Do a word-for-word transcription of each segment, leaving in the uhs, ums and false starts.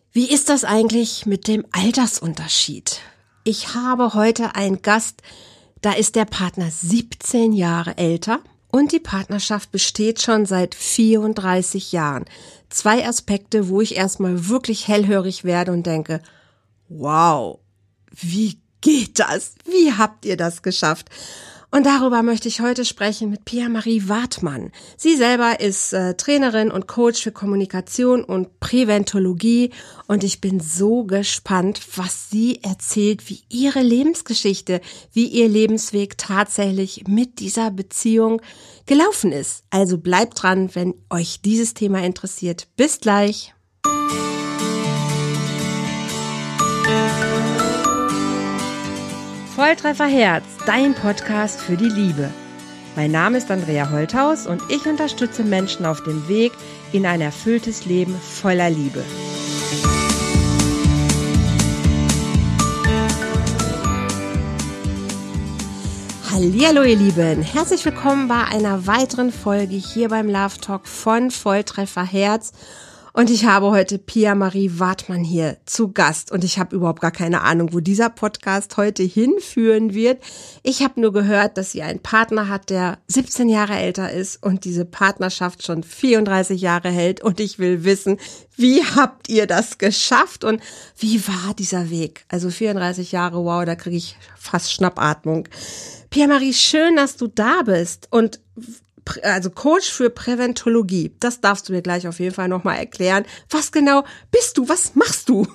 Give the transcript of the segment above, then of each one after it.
Wie ist das eigentlich mit dem Altersunterschied? Ich habe heute einen Gast, da ist der Partner siebzehn Jahre älter und die Partnerschaft besteht schon seit vierunddreißig Jahren. Zwei Aspekte, wo ich erstmal wirklich hellhörig werde und denke, wow, wie geht das? Wie habt ihr das geschafft? Und darüber möchte ich heute sprechen mit Pia-Marie Wartmann. Sie selber ist äh, Trainerin und Coach für Kommunikation und Präventologie und ich bin so gespannt, was sie erzählt, wie ihre Lebensgeschichte, wie ihr Lebensweg tatsächlich mit dieser Beziehung gelaufen ist. Also bleibt dran, wenn euch dieses Thema interessiert. Bis gleich. Volltreffer Herz, dein Podcast für die Liebe. Mein Name ist Andrea Holthaus und ich unterstütze Menschen auf dem Weg in ein erfülltes Leben voller Liebe. Hallihallo ihr Lieben, herzlich willkommen bei einer weiteren Folge hier beim Love Talk von Volltreffer Herz. Und ich habe heute Pia-Marie Wartmann hier zu Gast und ich habe überhaupt gar keine Ahnung, wo dieser Podcast heute hinführen wird. Ich habe nur gehört, dass sie einen Partner hat, der siebzehn Jahre älter ist und diese Partnerschaft schon vierunddreißig Jahre hält und ich will wissen, wie habt ihr das geschafft und wie war dieser Weg? Also vierunddreißig Jahre, wow, da kriege ich fast Schnappatmung. Pia-Marie, schön, dass du da bist und also Coach für Präventologie. Das darfst du mir gleich auf jeden Fall nochmal erklären. Was genau bist du? Was machst du?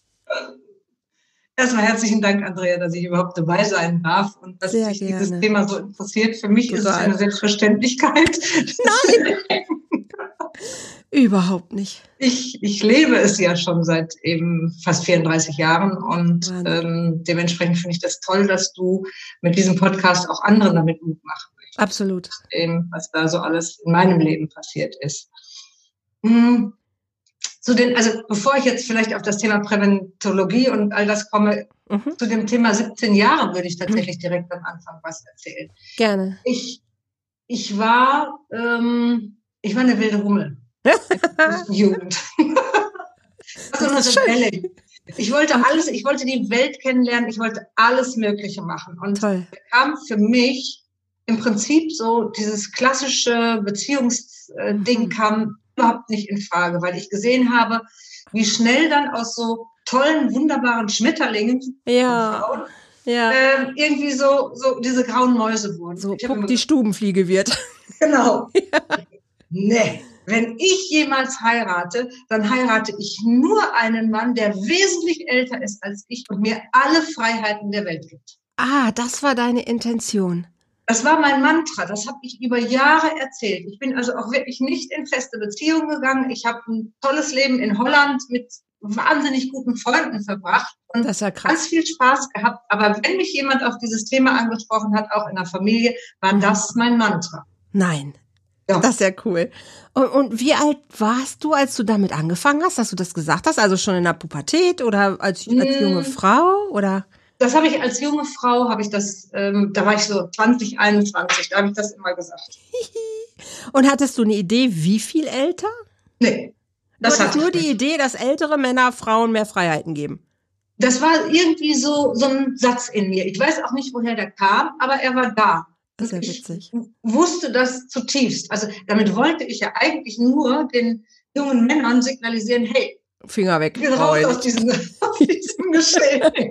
Erstmal herzlichen Dank, Andrea, dass ich überhaupt dabei sein darf und dass Sehr sich gerne. dieses Thema so interessiert. Für mich Total. ist es eine Selbstverständlichkeit. Nein! Überhaupt nicht. Ich, ich lebe es ja schon seit eben fast vierunddreißig Jahren und ähm, dementsprechend finde ich das toll, dass du mit diesem Podcast auch anderen damit Mut machst. Absolut. Dem, was da so alles in meinem Leben passiert ist. Hm. Zu den, also bevor ich jetzt vielleicht auf das Thema Präventologie und all das komme, mhm. zu dem Thema siebzehn Jahre würde ich tatsächlich direkt am Anfang was erzählen. Gerne. Ich, ich war, ähm, ich war eine wilde Hummel. Jugend. Also das ist schön. Ich wollte alles, ich wollte die Welt kennenlernen, ich wollte alles Mögliche machen. Und Toll. Kam für mich im Prinzip so dieses klassische Beziehungsding kam überhaupt nicht in Frage, weil ich gesehen habe, wie schnell dann aus so tollen, wunderbaren Schmetterlingen ja. Frauen, ja. äh, irgendwie so, so diese grauen Mäuse wurden. So Puck die Stubenfliege wird. Genau. Ja. Nee, wenn ich jemals heirate, dann heirate ich nur einen Mann, der wesentlich älter ist als ich und mir alle Freiheiten der Welt gibt. Ah, das war deine Intention. Das war mein Mantra, das habe ich über Jahre erzählt. Ich bin also auch wirklich nicht in feste Beziehungen gegangen. Ich habe ein tolles Leben in Holland mit wahnsinnig guten Freunden verbracht und das ist ja krass. Ganz viel Spaß gehabt. Aber wenn mich jemand auf dieses Thema angesprochen hat, auch in der Familie, war mhm. das mein Mantra. Nein, ja. Das ist ja cool. Und, und wie alt warst du, als du damit angefangen hast, dass du das gesagt hast? Also schon in der Pubertät oder als, als junge Frau oder? Das habe ich als junge Frau, habe ich das, ähm, da war ich so zwanzig, einundzwanzig, da habe ich das immer gesagt. Und hattest du eine Idee, wie viel älter? Nee. Das du hattest nur die Idee, dass ältere Männer Frauen mehr Freiheiten geben. Das war irgendwie so, so ein Satz in mir. Ich weiß auch nicht, woher der kam, aber er war da. Das ist ja witzig. Ich wusste das zutiefst. Also damit wollte ich ja eigentlich nur den jungen Männern signalisieren, hey, Finger weg. Ich will raus aus diesem, aus diesem Geschehen.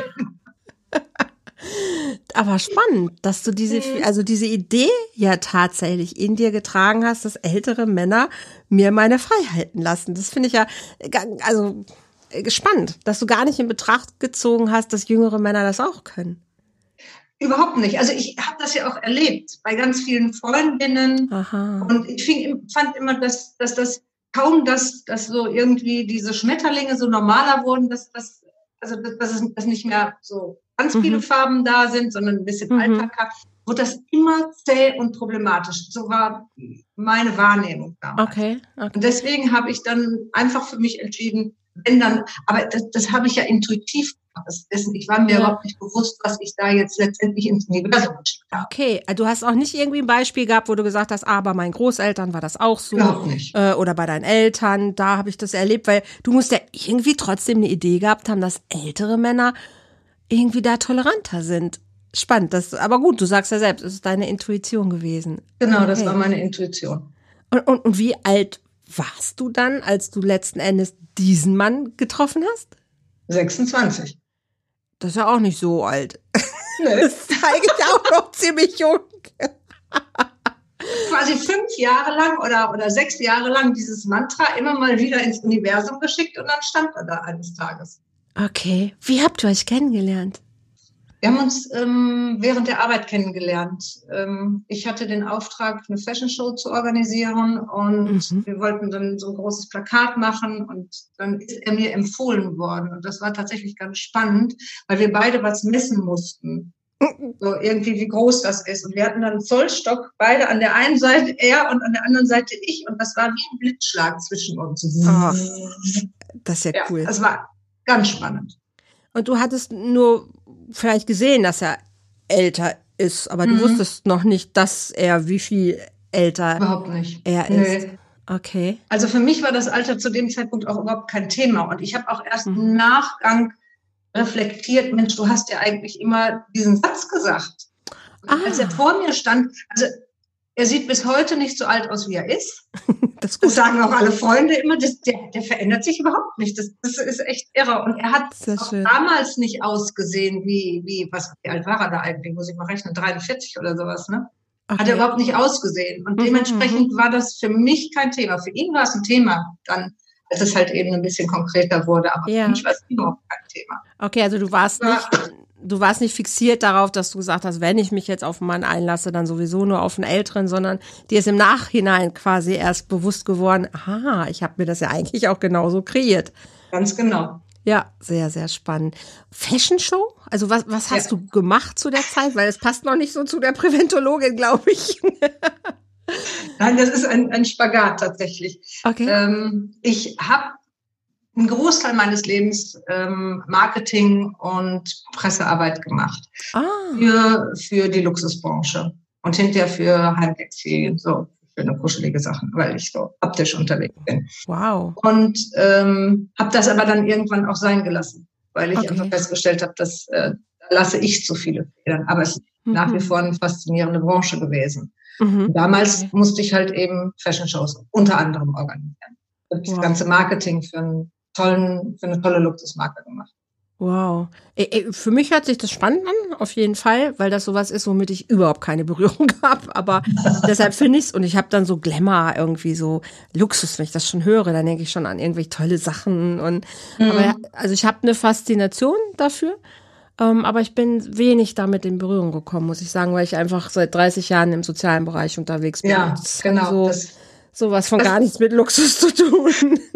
Aber spannend, dass du diese, also diese Idee ja tatsächlich in dir getragen hast, dass ältere Männer mir meine Freiheiten lassen. Das finde ich ja, also spannend, dass du gar nicht in Betracht gezogen hast, dass jüngere Männer das auch können. Überhaupt nicht. Also ich habe das ja auch erlebt bei ganz vielen Freundinnen. Aha. Und ich fing, fand immer, dass, dass das kaum, dass, dass so irgendwie diese Schmetterlinge so normaler wurden, dass das, also dass es dass nicht mehr so ganz viele mhm. Farben da sind, sondern ein bisschen mhm. Alpaka, wurde das immer zäh und problematisch. So war meine Wahrnehmung damals. Okay, okay. Und deswegen habe ich dann einfach für mich entschieden, wenn dann, aber das, das habe ich ja intuitiv Das ist, ich war mir ja. überhaupt nicht bewusst, was ich da jetzt letztendlich ins Universum geschickt habe. Okay, du hast auch nicht irgendwie ein Beispiel gehabt, wo du gesagt hast, ah, bei meinen Großeltern war das auch so. Überhaupt nicht. Äh, oder bei deinen Eltern, da habe ich das erlebt, weil du musst ja irgendwie trotzdem eine Idee gehabt haben, dass ältere Männer irgendwie da toleranter sind. Spannend, das, aber gut, du sagst ja selbst, es ist deine Intuition gewesen. Genau, das okay. war meine Intuition. Und, und, und wie alt warst du dann, als du letzten Endes diesen Mann getroffen hast? sechsundzwanzig. Das ist ja auch nicht so alt. Nee. Das ist eigentlich auch noch ziemlich jung. Quasi fünf Jahre lang oder, oder sechs Jahre lang dieses Mantra immer mal wieder ins Universum geschickt und dann stand er da eines Tages. Okay. Wie habt ihr euch kennengelernt? Wir haben uns ähm, während der Arbeit kennengelernt. Ähm, ich hatte den Auftrag, eine Fashion Show zu organisieren und mhm. wir wollten dann so ein großes Plakat machen und dann ist er mir empfohlen worden. Und das war tatsächlich ganz spannend, weil wir beide was messen mussten. So irgendwie, wie groß das ist. Und wir hatten dann einen Zollstock, beide an der einen Seite er und an der anderen Seite ich. Und das war wie ein Blitzschlag zwischen uns. Oh, das ist ja, ja cool. Das war ganz spannend. Und du hattest nur vielleicht gesehen, dass er älter ist, aber du mhm. wusstest noch nicht, dass er wie viel älter überhaupt nicht. er ist. Nee. Okay. Also für mich war das Alter zu dem Zeitpunkt auch überhaupt kein Thema. Und ich habe auch erst mhm. im Nachgang reflektiert, Mensch, du hast ja eigentlich immer diesen Satz gesagt. Ah. Als er vor mir stand, also er sieht bis heute nicht so alt aus, wie er ist. Das, das sagen auch alle Freunde immer, das, der, der verändert sich überhaupt nicht. Das, das ist echt irre. Und er hat auch damals nicht ausgesehen, wie, wie, was, wie alt war er da eigentlich? Muss ich mal rechnen, dreiundvierzig oder sowas, ne? Okay. Hat er überhaupt nicht ausgesehen. Und dementsprechend mhm. war das für mich kein Thema. Für ihn war es ein Thema dann, als es halt eben ein bisschen konkreter wurde. Aber ja. für mich war es überhaupt kein Thema. Okay, also du warst ja. nicht... Du warst nicht fixiert darauf, dass du gesagt hast, wenn ich mich jetzt auf einen Mann einlasse, dann sowieso nur auf einen Älteren, sondern dir ist im Nachhinein quasi erst bewusst geworden, aha, ich habe mir das ja eigentlich auch genauso kreiert. Ganz genau. Ja, sehr, sehr spannend. Fashion Show? Also was, was hast ja. du gemacht zu der Zeit? Weil es passt noch nicht so zu der Präventologin, glaube ich. Nein, das ist ein, ein Spagat tatsächlich. Okay. Ähm, ich habe einen Großteil meines Lebens ähm, Marketing und Pressearbeit gemacht. Ah. Für, für die Luxusbranche und hinterher für Heimtextilien, so für eine kuschelige Sachen, weil ich so optisch unterwegs bin. Wow. Und ähm, habe das aber dann irgendwann auch sein gelassen, weil ich okay. einfach festgestellt habe, dass äh, da lasse ich zu viele Federn. Aber es ist mhm. nach wie vor eine faszinierende Branche gewesen. Mhm. Damals okay. musste ich halt eben Fashion-Shows unter anderem organisieren. Und wow. das ganze Marketing für ein Tollen, für eine tolle Luxusmarke gemacht. Wow. Für mich hört sich das spannend an, auf jeden Fall, weil das sowas ist, womit ich überhaupt keine Berührung habe. Aber deshalb finde ich es, und ich habe dann so Glamour, irgendwie so Luxus, wenn ich das schon höre, dann denke ich schon an irgendwelche tolle Sachen. Und mhm. aber also ich habe eine Faszination dafür, ähm, aber ich bin wenig damit in Berührung gekommen, muss ich sagen, weil ich einfach seit dreißig Jahren im sozialen Bereich unterwegs bin. Ja, genau. So, das, sowas von gar nichts mit Luxus zu tun.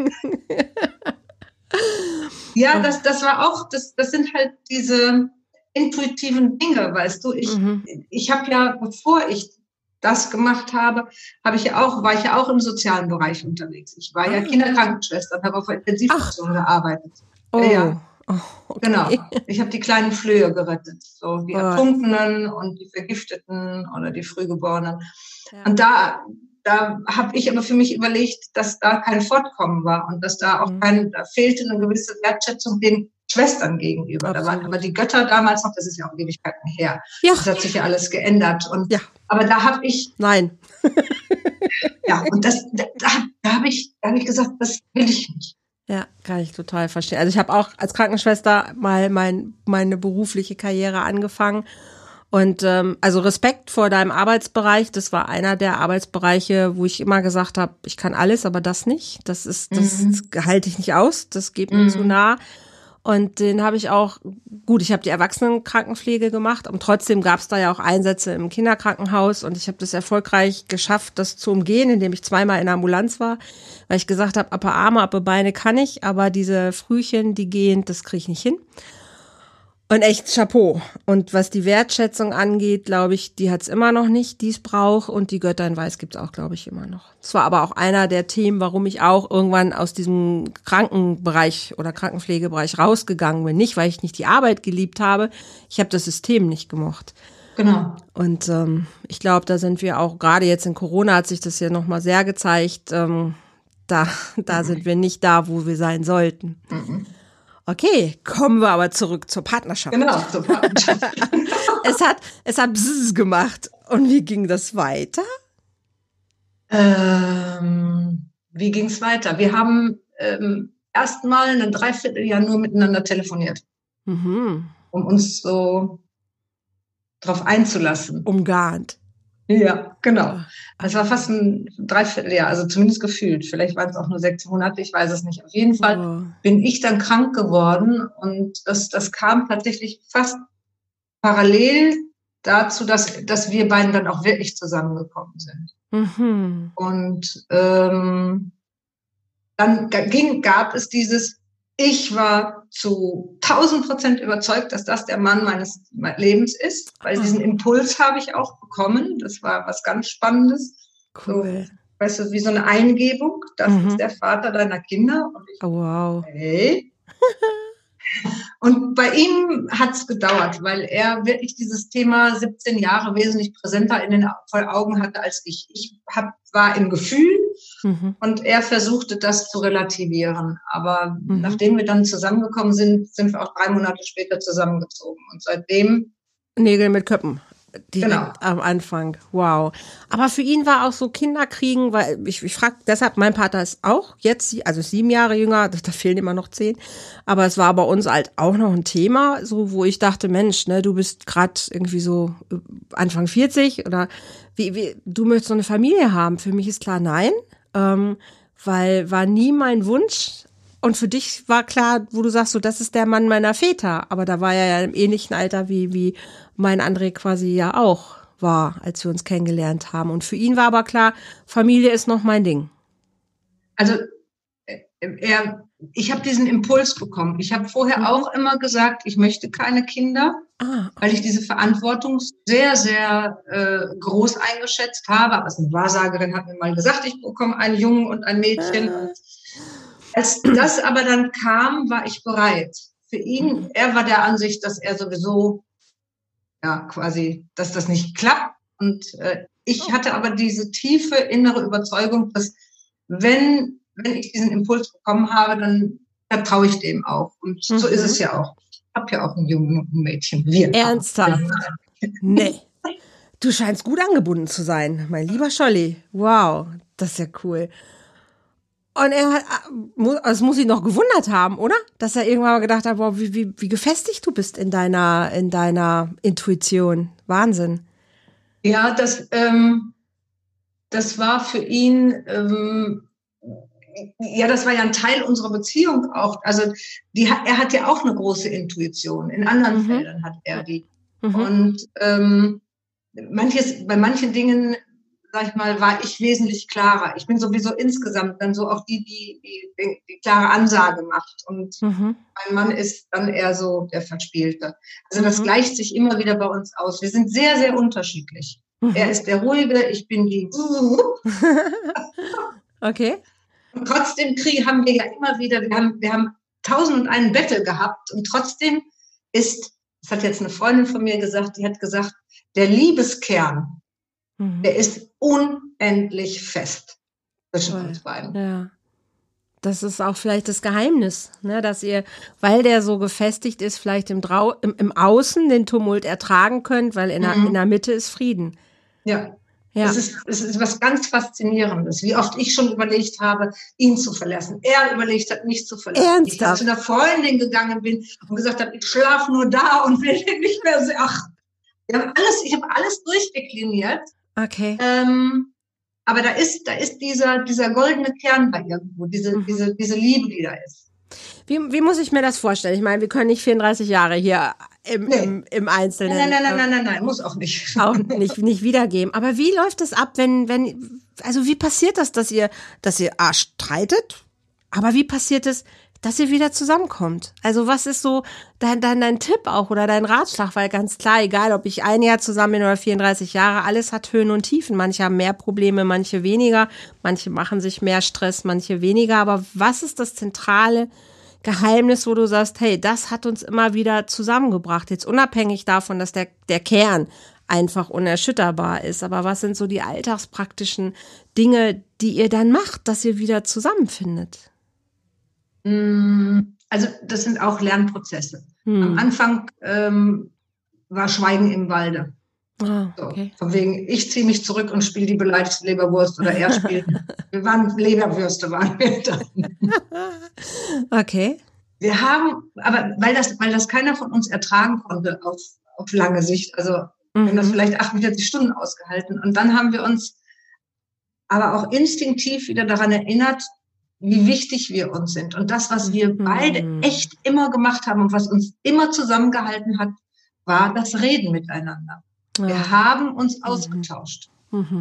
Ja, das, das war auch, das, das sind halt diese intuitiven Dinge, weißt du. Ich, mhm. ich habe ja, bevor ich das gemacht habe, habe ich ja auch, war ich ja auch im sozialen Bereich unterwegs. Ich war ah. ja Kinderkrankenschwester und habe auf Intensivstation gearbeitet. Oh. Ja. Oh, okay. Genau. Ich habe die kleinen Flöhe gerettet, so die oh. Ertrunkenen und die Vergifteten oder die Frühgeborenen. Ja. Und da Da habe ich aber für mich überlegt, dass da kein Fortkommen war und dass da auch kein, da fehlte eine gewisse Wertschätzung den Schwestern gegenüber. Absolut. Da waren aber die Götter damals noch, das ist ja auch Ewigkeiten her. Ja. Das hat sich ja alles geändert. Und, ja. Aber da habe ich... Nein. ja, und das, da, da habe ich, da hab ich gesagt, das will ich nicht. Ja, kann ich total verstehen. Also ich habe auch als Krankenschwester mal mein, meine berufliche Karriere angefangen. Und ähm, also Respekt vor deinem Arbeitsbereich, das war einer der Arbeitsbereiche, wo ich immer gesagt habe, ich kann alles, aber das nicht. Das ist, das mhm. halte ich nicht aus, das geht mir mhm. zu nah. Und den habe ich auch, gut, ich habe die Erwachsenenkrankenpflege gemacht, und trotzdem gab es da ja auch Einsätze im Kinderkrankenhaus, und ich habe das erfolgreich geschafft, das zu umgehen, indem ich zweimal in der Ambulanz war, weil ich gesagt habe, Appe Arme, Appe Beine kann ich, aber diese Frühchen, die gehen, das kriege ich nicht hin. Und echt Chapeau. Und was die Wertschätzung angeht, glaube ich, die hat's immer noch nicht, die es braucht. Und die Götter in Weiß gibt's auch, glaube ich, immer noch. Das war aber auch einer der Themen, warum ich auch irgendwann aus diesem Krankenbereich oder Krankenpflegebereich rausgegangen bin. Nicht, weil ich nicht die Arbeit geliebt habe. Ich habe das System nicht gemocht. Genau. Und ähm, ich glaube, da sind wir auch, gerade jetzt in Corona hat sich das ja nochmal sehr gezeigt, ähm, da, da mhm. sind wir nicht da, wo wir sein sollten. Mhm. Okay, kommen wir aber zurück zur Partnerschaft. Genau, zur Partnerschaft. es hat, es hat Bzzz gemacht. Und wie ging das weiter? Ähm, wie ging es weiter? Wir haben ähm, erstmal ein Dreivierteljahr nur miteinander telefoniert, mhm. um uns so drauf einzulassen. Umgarnt. Ja, genau. Es war fast ein Dreivierteljahr, also zumindest gefühlt. Vielleicht waren es auch nur sechs Monate, ich weiß es nicht. Auf jeden Fall oh. bin ich dann krank geworden und das, das kam tatsächlich fast parallel dazu, dass, dass wir beiden dann auch wirklich zusammengekommen sind. Mhm. Und ähm, dann ging, gab es dieses, ich war zu tausend Prozent überzeugt, dass das der Mann meines Lebens ist, weil diesen Impuls habe ich auch bekommen. Das war was ganz Spannendes. Cool. So, weißt du, wie so eine Eingebung. Das mhm. ist der Vater deiner Kinder. Und ich, oh, wow. Hey. Und bei ihm hat es gedauert, weil er wirklich dieses Thema siebzehn Jahre wesentlich präsenter in den Augen hatte als ich. Ich hab, war im Gefühl mhm. und er versuchte das zu relativieren. Aber mhm. nachdem wir dann zusammengekommen sind, sind wir auch drei Monate später zusammengezogen. Und seitdem... Nägel mit Köppen. Direkt genau. am Anfang. Wow. Aber für ihn war auch so Kinderkriegen, weil ich, ich frage deshalb, mein Vater ist auch jetzt, also sieben Jahre jünger, da fehlen immer noch zehn. Aber es war bei uns halt auch noch ein Thema, so wo ich dachte, Mensch, ne, du bist gerade irgendwie so Anfang vierzig oder wie, wie, du möchtest so eine Familie haben. Für mich ist klar, nein, ähm, weil war nie mein Wunsch. Und für dich war klar, wo du sagst, so, das ist der Mann meiner Väter. Aber da war er ja im ähnlichen Alter wie, wie mein André quasi ja auch war, als wir uns kennengelernt haben. Und für ihn war aber klar, Familie ist noch mein Ding. Also, er, ich habe diesen Impuls bekommen. Ich habe vorher mhm. auch immer gesagt, ich möchte keine Kinder, ah, okay. weil ich diese Verantwortung sehr, sehr äh, groß eingeschätzt habe. Aber eine Wahrsagerin hat mir mal gesagt, ich bekomme einen Jungen und ein Mädchen. Ah. Und als das aber dann kam, war ich bereit. Für ihn, mhm. er war der Ansicht, dass er sowieso, ja, quasi, dass das nicht klappt. Und äh, ich hatte aber diese tiefe innere Überzeugung, dass wenn, wenn ich diesen Impuls bekommen habe, dann vertraue ich dem auch. Und mhm. so ist es ja auch. Ich habe ja auch einen Jungen und ein Mädchen. Wir Ernsthaft? Nee. Du scheinst gut angebunden zu sein, mein lieber Scholli. Wow, das ist ja cool. Und er hat, es muss ihn noch gewundert haben, oder? Dass er irgendwann mal gedacht hat, wow, wie, wie, wie gefestigt du bist in deiner, in deiner Intuition. Wahnsinn. Ja, das, ähm, das war für ihn, ähm, ja, das war ja ein Teil unserer Beziehung auch. Also, die, er hat ja auch eine große Intuition. In anderen mhm. Feldern hat er die. Mhm. Und ähm, manches, bei manchen Dingen, sag ich mal, war ich wesentlich klarer. Ich bin sowieso insgesamt dann so auch die, die die, die klare Ansage macht. Und mhm. mein Mann ist dann eher so der Verspielte. Also das mhm. gleicht sich immer wieder bei uns aus. Wir sind sehr, sehr unterschiedlich. Mhm. Er ist der Ruhige, ich bin die Okay. Und trotzdem Krieg haben wir ja immer wieder, wir haben, wir haben tausend und einen Battle gehabt und trotzdem ist, das hat jetzt eine Freundin von mir gesagt, die hat gesagt, der Liebeskern, der ist unendlich fest zwischen Toll. uns beiden. Ja. Das ist auch vielleicht das Geheimnis, ne, dass ihr, weil der so gefestigt ist, vielleicht im, Drau- im, im Außen den Tumult ertragen könnt, weil in, mhm. der, in der Mitte ist Frieden. Ja. Ja. Es ist, es ist was ganz Faszinierendes, wie oft ich schon überlegt habe, ihn zu verlassen. Er überlegt hat, mich zu verlassen. Ernsthaft? Ich zu einer Freundin gegangen bin und gesagt habe, ich schlafe nur da und will nicht mehr sehen. Ach, wir haben alles, ich habe alles durchdekliniert. Okay. Ähm, aber da ist, da ist dieser, dieser goldene Kern bei irgendwo, diese, mhm. diese, diese Liebe, die da ist. Wie, wie muss ich mir das vorstellen? Ich meine, wir können nicht vierunddreißig Jahre hier im, nee. im, im Einzelnen. Nein, nein, nein, nein, nein, nein, muss auch nicht. Auch nicht, nicht wiedergeben. Aber wie läuft das ab, wenn, wenn, also wie passiert das, dass ihr, dass ihr ah, streitet? Aber wie passiert es, dass ihr wieder zusammenkommt? Also was ist so dein, dein, dein Tipp auch oder dein Ratschlag? Weil ganz klar, egal ob ich ein Jahr zusammen bin oder vierunddreißig Jahre, alles hat Höhen und Tiefen. Manche haben mehr Probleme, manche weniger. Manche machen sich mehr Stress, manche weniger. Aber was ist das zentrale Geheimnis, wo du sagst, hey, das hat uns immer wieder zusammengebracht? Jetzt unabhängig davon, dass der, der Kern einfach unerschütterbar ist. Aber was sind so die alltagspraktischen Dinge, die ihr dann macht, dass ihr wieder zusammenfindet? Also das sind auch Lernprozesse. Hm. Am Anfang ähm, war Schweigen im Walde. Ah, okay. So, von wegen, ich ziehe mich zurück und spiele die beleidigte Leberwurst oder er spielt. Wir waren Leberwürste, waren wir dann. Okay. Wir haben, aber weil das, weil das keiner von uns ertragen konnte auf, auf lange Sicht, also mhm. wir haben das vielleicht achtundvierzig Stunden ausgehalten und dann haben wir uns aber auch instinktiv wieder daran erinnert, wie wichtig wir uns sind. Und das, was wir beide mhm. echt immer gemacht haben und was uns immer zusammengehalten hat, war das Reden miteinander. Ja. Wir haben uns ausgetauscht. Mhm.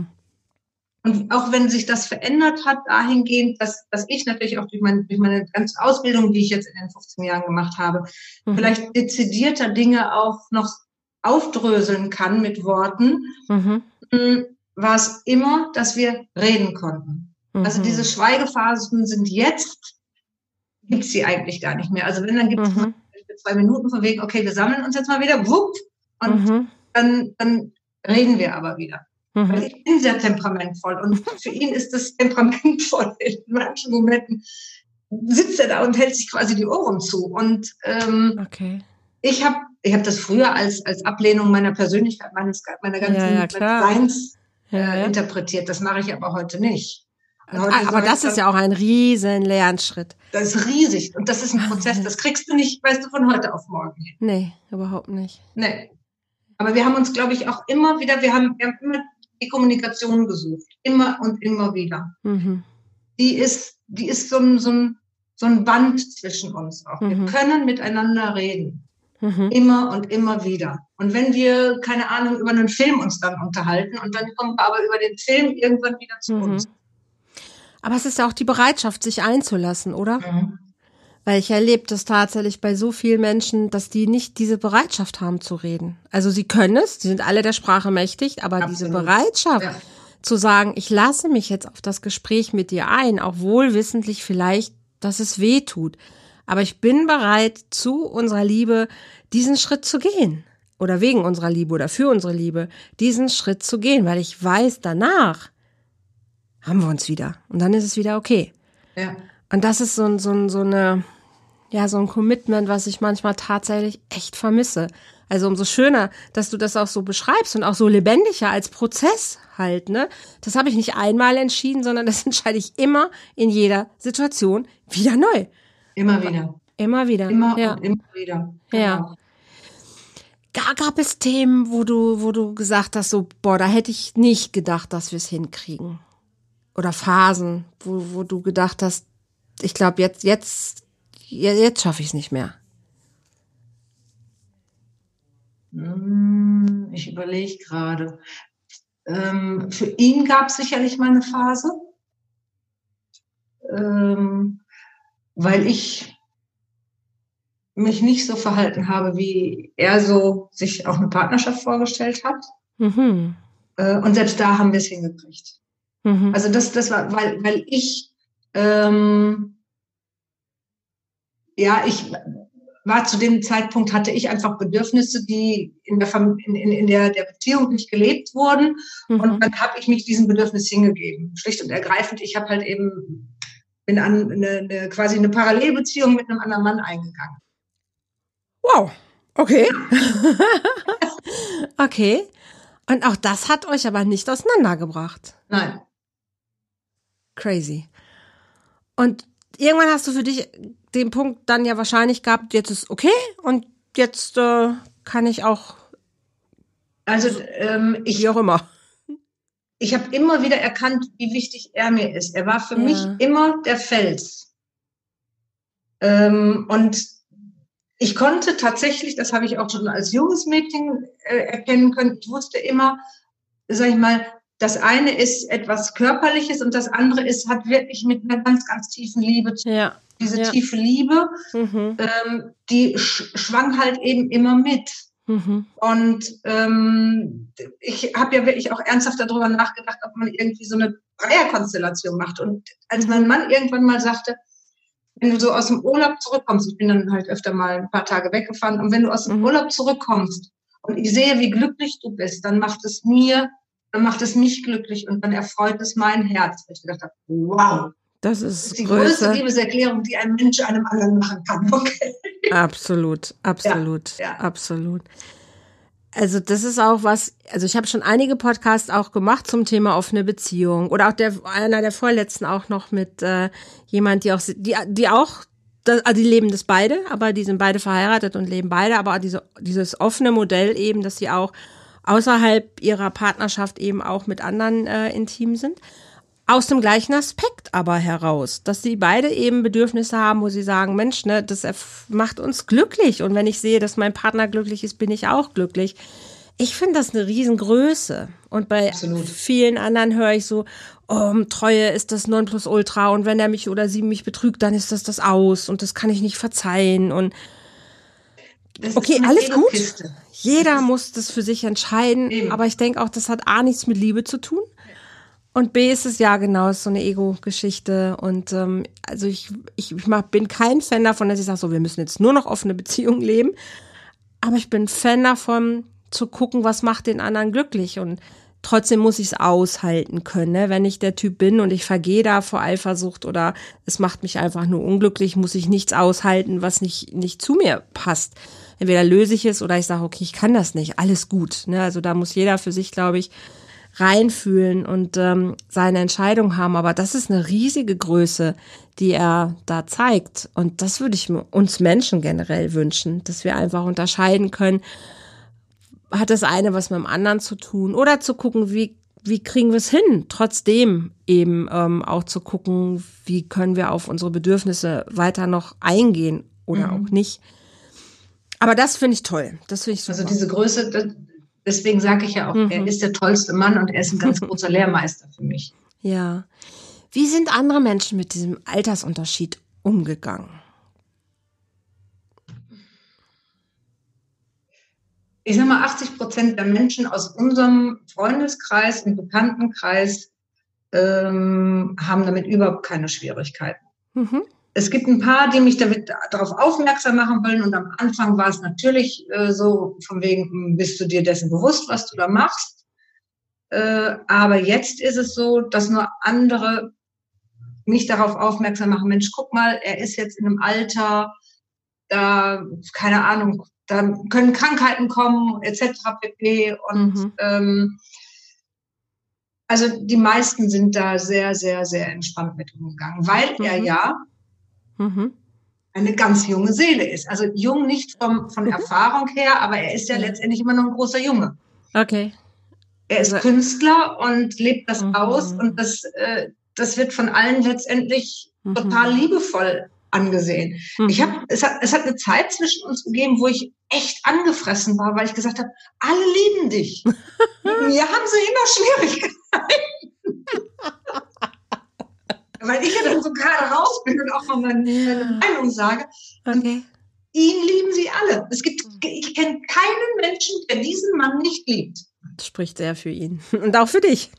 Und auch wenn sich das verändert hat, dahingehend, dass, dass ich natürlich auch durch meine, durch meine ganze Ausbildung, die ich jetzt in den fünfzehn Jahren gemacht habe, mhm. vielleicht dezidierter Dinge auch noch aufdröseln kann mit Worten, mhm. war es immer, dass wir reden konnten. Also diese Schweigephasen sind jetzt, gibt es sie eigentlich gar nicht mehr. Also wenn, dann gibt es mhm. zwei Minuten von wegen, okay, wir sammeln uns jetzt mal wieder, wupp, und mhm. dann, dann reden wir aber wieder. Mhm. Weil ich bin sehr temperamentvoll und für ihn ist das temperamentvoll. In manchen Momenten sitzt er da und hält sich quasi die Ohren zu. Und ähm, okay. ich habe ich hab das früher als, als Ablehnung meiner Persönlichkeit, meines, meiner ganzen ja, ja, Seins äh, ja, ja. interpretiert. Das mache ich aber heute nicht. Heute aber das ist ja auch ein riesen Lernschritt. Das ist riesig und das ist ein Prozess, das kriegst du nicht, weißt du, von heute auf morgen hin. Nee, überhaupt nicht. Nee. Aber wir haben uns, glaube ich, auch immer wieder, wir haben, wir haben immer die Kommunikation gesucht. Immer und immer wieder. Mhm. Die ist, die ist so ein, so ein, so ein Band zwischen uns auch. Mhm. Wir können miteinander reden. Mhm. Immer und immer wieder. Und wenn wir, keine Ahnung, über einen Film uns dann unterhalten und dann kommen wir aber über den Film irgendwann wieder zu mhm. uns. Aber es ist ja auch die Bereitschaft, sich einzulassen, oder? Mhm. Weil ich erlebe das tatsächlich bei so vielen Menschen, dass die nicht diese Bereitschaft haben zu reden. Also sie können es, sie sind alle der Sprache mächtig, aber Absolut. Diese Bereitschaft ja. zu sagen, ich lasse mich jetzt auf das Gespräch mit dir ein, auch wohlwissentlich vielleicht, dass es weh tut. Aber ich bin bereit, zu unserer Liebe diesen Schritt zu gehen. Oder wegen unserer Liebe oder für unsere Liebe, diesen Schritt zu gehen, weil ich weiß, danach haben wir uns wieder. Und dann ist es wieder okay. Ja. Und das ist so ein, so ein, so eine, ja, so ein Commitment, was ich manchmal tatsächlich echt vermisse. Also umso schöner, dass du das auch so beschreibst und auch so lebendiger als Prozess halt, ne? Das habe ich nicht einmal entschieden, sondern das entscheide ich immer in jeder Situation wieder neu. Immer wieder. Immer wieder. Immer ja. und immer wieder. Genau. Ja. Gar gab es Themen, wo du, wo du gesagt hast, so, boah, da hätte ich nicht gedacht, dass wir es hinkriegen. Oder Phasen, wo, wo du gedacht hast, ich glaube, jetzt, jetzt, jetzt schaffe ich es nicht mehr. Ich überlege gerade. Ähm, für ihn gab es sicherlich mal eine Phase, ähm, weil ich mich nicht so verhalten habe, wie er so sich auch eine Partnerschaft vorgestellt hat. Mhm. Äh, und selbst da haben wir es hingekriegt. Mhm. Also das, das war, weil, weil ich, ähm, ja, ich war zu dem Zeitpunkt, hatte ich einfach Bedürfnisse, die in der, Fam- in, in, in der, der Beziehung nicht gelebt wurden. Mhm. Und dann habe ich mich diesem Bedürfnis hingegeben. Schlicht und ergreifend, ich habe halt eben, bin an eine, eine, quasi eine Parallelbeziehung mit einem anderen Mann eingegangen. Wow, okay. Okay. Und auch das hat euch aber nicht auseinandergebracht. Nein. Crazy. Und irgendwann hast du für dich den Punkt dann ja wahrscheinlich gehabt, jetzt ist okay und jetzt äh, kann ich auch, also ähm, ich, wie auch immer. Ich habe immer wieder erkannt, wie wichtig er mir ist. Er war für ja. mich immer der Fels. Ähm, und ich konnte tatsächlich, das habe ich auch schon als junges Mädchen äh, erkennen können, ich wusste immer, sag ich mal, das eine ist etwas Körperliches und das andere ist, hat wirklich mit einer ganz, ganz tiefen Liebe zu tun. Ja, diese ja. tiefe Liebe, Mhm. ähm, die sch- schwang halt eben immer mit. Mhm. Und ähm, ich habe ja wirklich auch ernsthaft darüber nachgedacht, ob man irgendwie so eine Dreierkonstellation macht. Und als Mhm. mein Mann irgendwann mal sagte, wenn du so aus dem Urlaub zurückkommst, ich bin dann halt öfter mal ein paar Tage weggefahren, und wenn du aus dem Mhm. Urlaub zurückkommst und ich sehe, wie glücklich du bist, dann macht es mir, dann macht es mich glücklich und dann erfreut es mein Herz. Weil ich gedacht habe, wow, Das das ist ist die größte Größe. Liebeserklärung, die ein Mensch einem anderen machen kann. Okay. Absolut, absolut, Ja, ja. absolut. Also das ist auch was, also ich habe schon einige Podcasts auch gemacht zum Thema offene Beziehung oder auch der einer der vorletzten auch noch mit äh, jemand, die auch die die auch das, also die leben das beide, aber die sind beide verheiratet und leben beide, aber diese dieses offene Modell eben, dass sie auch außerhalb ihrer Partnerschaft eben auch mit anderen äh, intim sind. Aus dem gleichen Aspekt aber heraus, dass sie beide eben Bedürfnisse haben, wo sie sagen, Mensch, ne, das erf- macht uns glücklich. Und wenn ich sehe, dass mein Partner glücklich ist, bin ich auch glücklich. Ich finde das eine Riesengröße. Und bei Absolut. vielen anderen höre ich so, oh, Treue ist das Nonplusultra. Und wenn er mich oder sie mich betrügt, dann ist das das Aus. Und das kann ich nicht verzeihen. Und Das okay, ist eine alles gut. Ego-Kiste. Jeder Das ist muss das für sich entscheiden. eben. Aber ich denke auch, das hat A, nichts mit Liebe zu tun. Und B ist es ja genau, ist so eine Ego-Geschichte. Und ähm, also ich, ich, ich mach, bin kein Fan davon, dass ich sage, so, wir müssen jetzt nur noch offene Beziehungen leben. Aber ich bin Fan davon, zu gucken, was macht den anderen glücklich. Und trotzdem muss ich es aushalten können. Ne? Wenn ich der Typ bin und ich vergehe da vor Eifersucht oder es macht mich einfach nur unglücklich, muss ich nichts aushalten, was nicht, nicht zu mir passt. Entweder löse ich es oder ich sage, okay, ich kann das nicht, alles gut. Ne? Also da muss jeder für sich, glaube ich, reinfühlen und ähm, seine Entscheidung haben. Aber das ist eine riesige Größe, die er da zeigt. Und das würde ich uns Menschen generell wünschen, dass wir einfach unterscheiden können, hat das eine was mit dem anderen zu tun? Oder zu gucken, wie, wie kriegen wir es hin? Trotzdem eben ähm, auch zu gucken, wie können wir auf unsere Bedürfnisse weiter noch eingehen oder Mhm. auch nicht. Aber das finde ich toll. Das finde ich super. Also diese Größe, das, deswegen sage ich ja auch, Mhm. er ist der tollste Mann und er ist ein ganz großer Lehrmeister für mich. Ja. Wie sind andere Menschen mit diesem Altersunterschied umgegangen? Ich sag mal, achtzig Prozent der Menschen aus unserem Freundeskreis und Bekanntenkreis ähm, haben damit überhaupt keine Schwierigkeiten. Mhm. Es gibt ein paar, die mich damit, darauf aufmerksam machen wollen. Und am Anfang war es natürlich äh, so, von wegen, bist du dir dessen bewusst, was du da machst? Äh, aber jetzt ist es so, dass nur andere mich darauf aufmerksam machen, Mensch, guck mal, er ist jetzt in einem Alter, da, keine Ahnung, da können Krankheiten kommen, et cetera pp. Und Mhm. ähm, also die meisten sind da sehr, sehr, sehr entspannt mit umgegangen, weil Mhm. er ja Mhm. eine ganz junge Seele ist. Also jung nicht vom, von Erfahrung her, aber er ist ja, Ja. letztendlich immer noch ein großer Junge. Okay. Er ist Also- Künstler und lebt das Mhm. aus und das, äh, das wird von allen letztendlich Mhm. total liebevoll angesehen. Mhm. Ich hab, es, hat, es hat eine Zeit zwischen uns gegeben, wo ich echt angefressen war, weil ich gesagt habe, alle lieben dich. Mir haben sie immer Schwierigkeiten. Weil ich ja dann so gerade raus bin und auch mal meine, meine Meinung sage. Okay. Ihn lieben sie alle. Es gibt, ich kenne keinen Menschen, der diesen Mann nicht liebt. Das spricht sehr für ihn. Und auch für dich.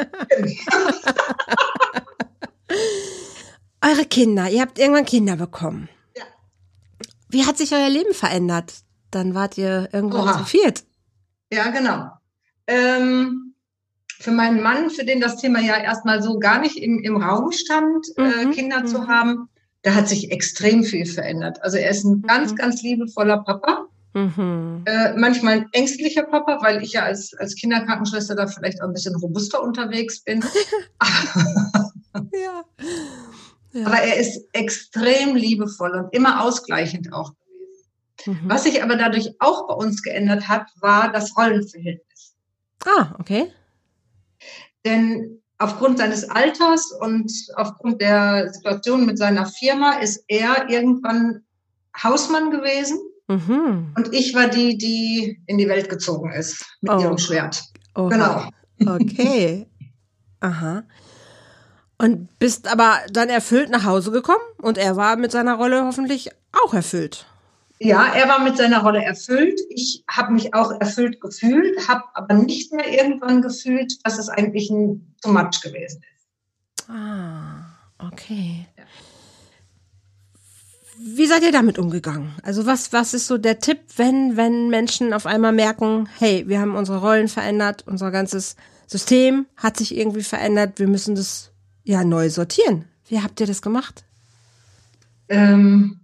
Eure Kinder, ihr habt irgendwann Kinder bekommen. Ja. Wie hat sich euer Leben verändert? Dann wart ihr irgendwann Oha. zu viert. Ja, genau. Ähm, für meinen Mann, für den das Thema ja erstmal so gar nicht im, im Raum stand, äh, Mhm, Kinder mhm. zu haben, da hat sich extrem viel verändert. Also er ist ein ganz, Mhm. ganz liebevoller Papa. Mhm. Äh, manchmal ein ängstlicher Papa, weil ich ja als, als Kinderkrankenschwester da vielleicht auch ein bisschen robuster unterwegs bin. Ja. Ja. Aber er ist extrem liebevoll und immer ausgleichend auch gewesen. Mhm. Was sich aber dadurch auch bei uns geändert hat, war das Rollenverhältnis. Ah, okay. Denn aufgrund seines Alters und aufgrund der Situation mit seiner Firma ist er irgendwann Hausmann gewesen. Mhm. Und ich war die, die in die Welt gezogen ist mit Oh. ihrem Schwert. Oha. Genau. Okay. Aha. Und bist aber dann erfüllt nach Hause gekommen und er war mit seiner Rolle hoffentlich auch erfüllt. Ja, er war mit seiner Rolle erfüllt. Ich habe mich auch erfüllt gefühlt, habe aber nicht mehr irgendwann gefühlt, dass es eigentlich ein too much gewesen ist. Ah, okay. Ja. Wie seid ihr damit umgegangen? Also was, was ist so der Tipp, wenn, wenn Menschen auf einmal merken, hey, wir haben unsere Rollen verändert, unser ganzes System hat sich irgendwie verändert, wir müssen das ja neu sortieren. Wie habt ihr das gemacht? Ähm,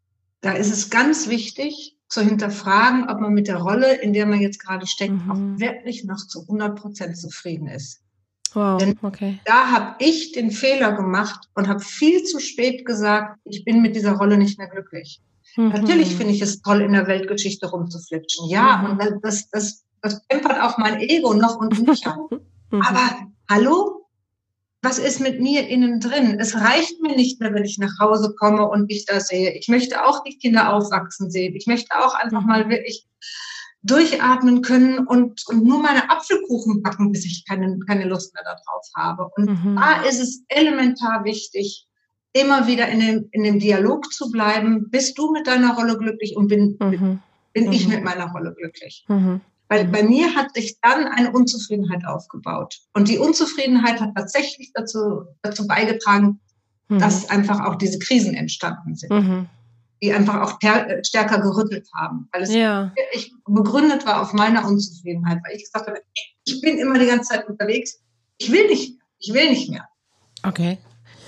da ist es ganz wichtig zu hinterfragen, ob man mit der Rolle, in der man jetzt gerade steckt, mhm. auch wirklich noch zu hundert Prozent zufrieden ist. Wow, Denn okay. da habe ich den Fehler gemacht und habe viel zu spät gesagt, ich bin mit dieser Rolle nicht mehr glücklich. Mhm. Natürlich finde ich es toll, in der Weltgeschichte rumzuflitschen. Ja, mhm. und das, das, das tempert auch mein Ego noch und nöcher. mhm. Aber hallo? Was ist mit mir innen drin? Es reicht mir nicht mehr, wenn ich nach Hause komme und ich da sehe. Ich möchte auch die Kinder aufwachsen sehen. Ich möchte auch einfach mhm. mal wirklich durchatmen können und, und nur meine Apfelkuchen backen, bis ich keine, keine Lust mehr darauf habe. Und mhm. da ist es elementar wichtig, immer wieder in dem, in dem Dialog zu bleiben. Bist du mit deiner Rolle glücklich und bin, mhm. bin mhm. ich mit meiner Rolle glücklich? Mhm. Weil bei mir hat sich dann eine Unzufriedenheit aufgebaut. Und die Unzufriedenheit hat tatsächlich dazu, dazu beigetragen, mhm. dass einfach auch diese Krisen entstanden sind. Mhm. Die einfach auch ter- stärker gerüttelt haben. Weil es ja. wirklich begründet war auf meiner Unzufriedenheit. Weil ich gesagt habe, ich bin immer die ganze Zeit unterwegs. Ich will nicht mehr. Ich will nicht mehr. Okay.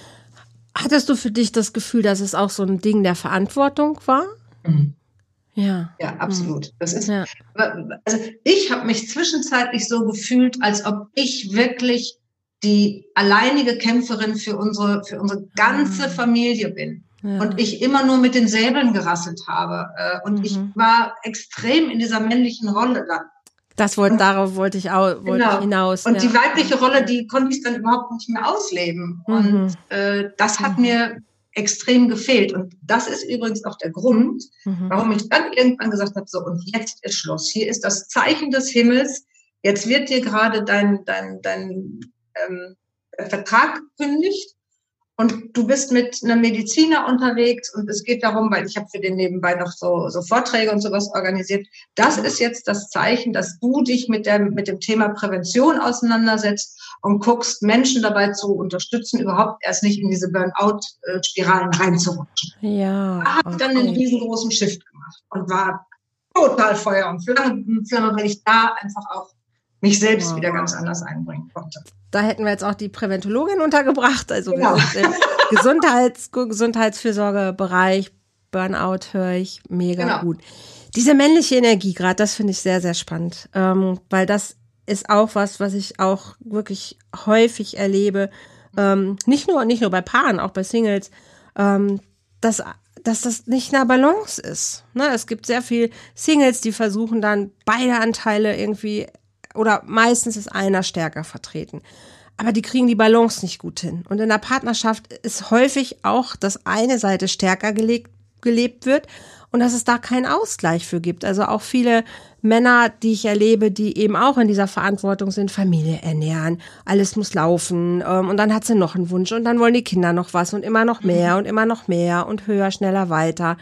Hattest du für dich das Gefühl, dass es auch so ein Ding der Verantwortung war? Mhm. Ja. Ja, absolut. Mhm. Das ist, ja. also ich habe mich zwischenzeitlich so gefühlt, als ob ich wirklich die alleinige Kämpferin für unsere, für unsere ganze mhm. Familie bin. Ja. Und ich immer nur mit den Säbeln gerasselt habe. Und mhm. ich war extrem in dieser männlichen Rolle dann. Das wollte, und, darauf wollte ich auch wollte genau. ich hinaus. Und ja. die weibliche Rolle, die konnte ich dann überhaupt nicht mehr ausleben. Mhm. Und äh, das hat mhm. mir extrem gefehlt. Und das ist übrigens auch der Grund, mhm. warum ich dann irgendwann gesagt habe, so, und jetzt ist Schluss. Hier ist das Zeichen des Himmels. Jetzt wird dir gerade dein, dein, dein ähm, Vertrag gekündigt. Und du bist mit einem Mediziner unterwegs und es geht darum, weil ich habe für den nebenbei noch so, so Vorträge und sowas organisiert. Das ist jetzt das Zeichen, dass du dich mit dem, mit dem Thema Prävention auseinandersetzt und guckst, Menschen dabei zu unterstützen, überhaupt erst nicht in diese Burnout-Spiralen reinzurutschen. Ja. Da habe ich dann einen riesengroßen Shift gemacht und war total Feuer und Flamme, Flamme, weil ich da einfach auch mich selbst wow. wieder ganz anders einbringen konnte. Da hätten wir jetzt auch die Präventologin untergebracht, also genau. wir sind im Gesundheits-, Gesundheitsfürsorgebereich, Burnout höre ich mega genau. gut. Diese männliche Energie gerade, das finde ich sehr, sehr spannend, ähm, weil das ist auch was, was ich auch wirklich häufig erlebe, ähm, nicht nur, nicht nur bei Paaren, auch bei Singles, ähm, dass dass das nicht in der Balance ist. Ne? Es gibt sehr viel Singles, die versuchen dann beide Anteile irgendwie oder meistens ist einer stärker vertreten. Aber die kriegen die Balance nicht gut hin. Und in der Partnerschaft ist häufig auch, dass eine Seite stärker gelebt, gelebt wird und dass es da keinen Ausgleich für gibt. Also auch viele Männer, die ich erlebe, die eben auch in dieser Verantwortung sind, Familie ernähren, alles muss laufen und dann hat sie noch einen Wunsch und dann wollen die Kinder noch was und immer noch mehr und immer noch mehr und höher, schneller, weiter.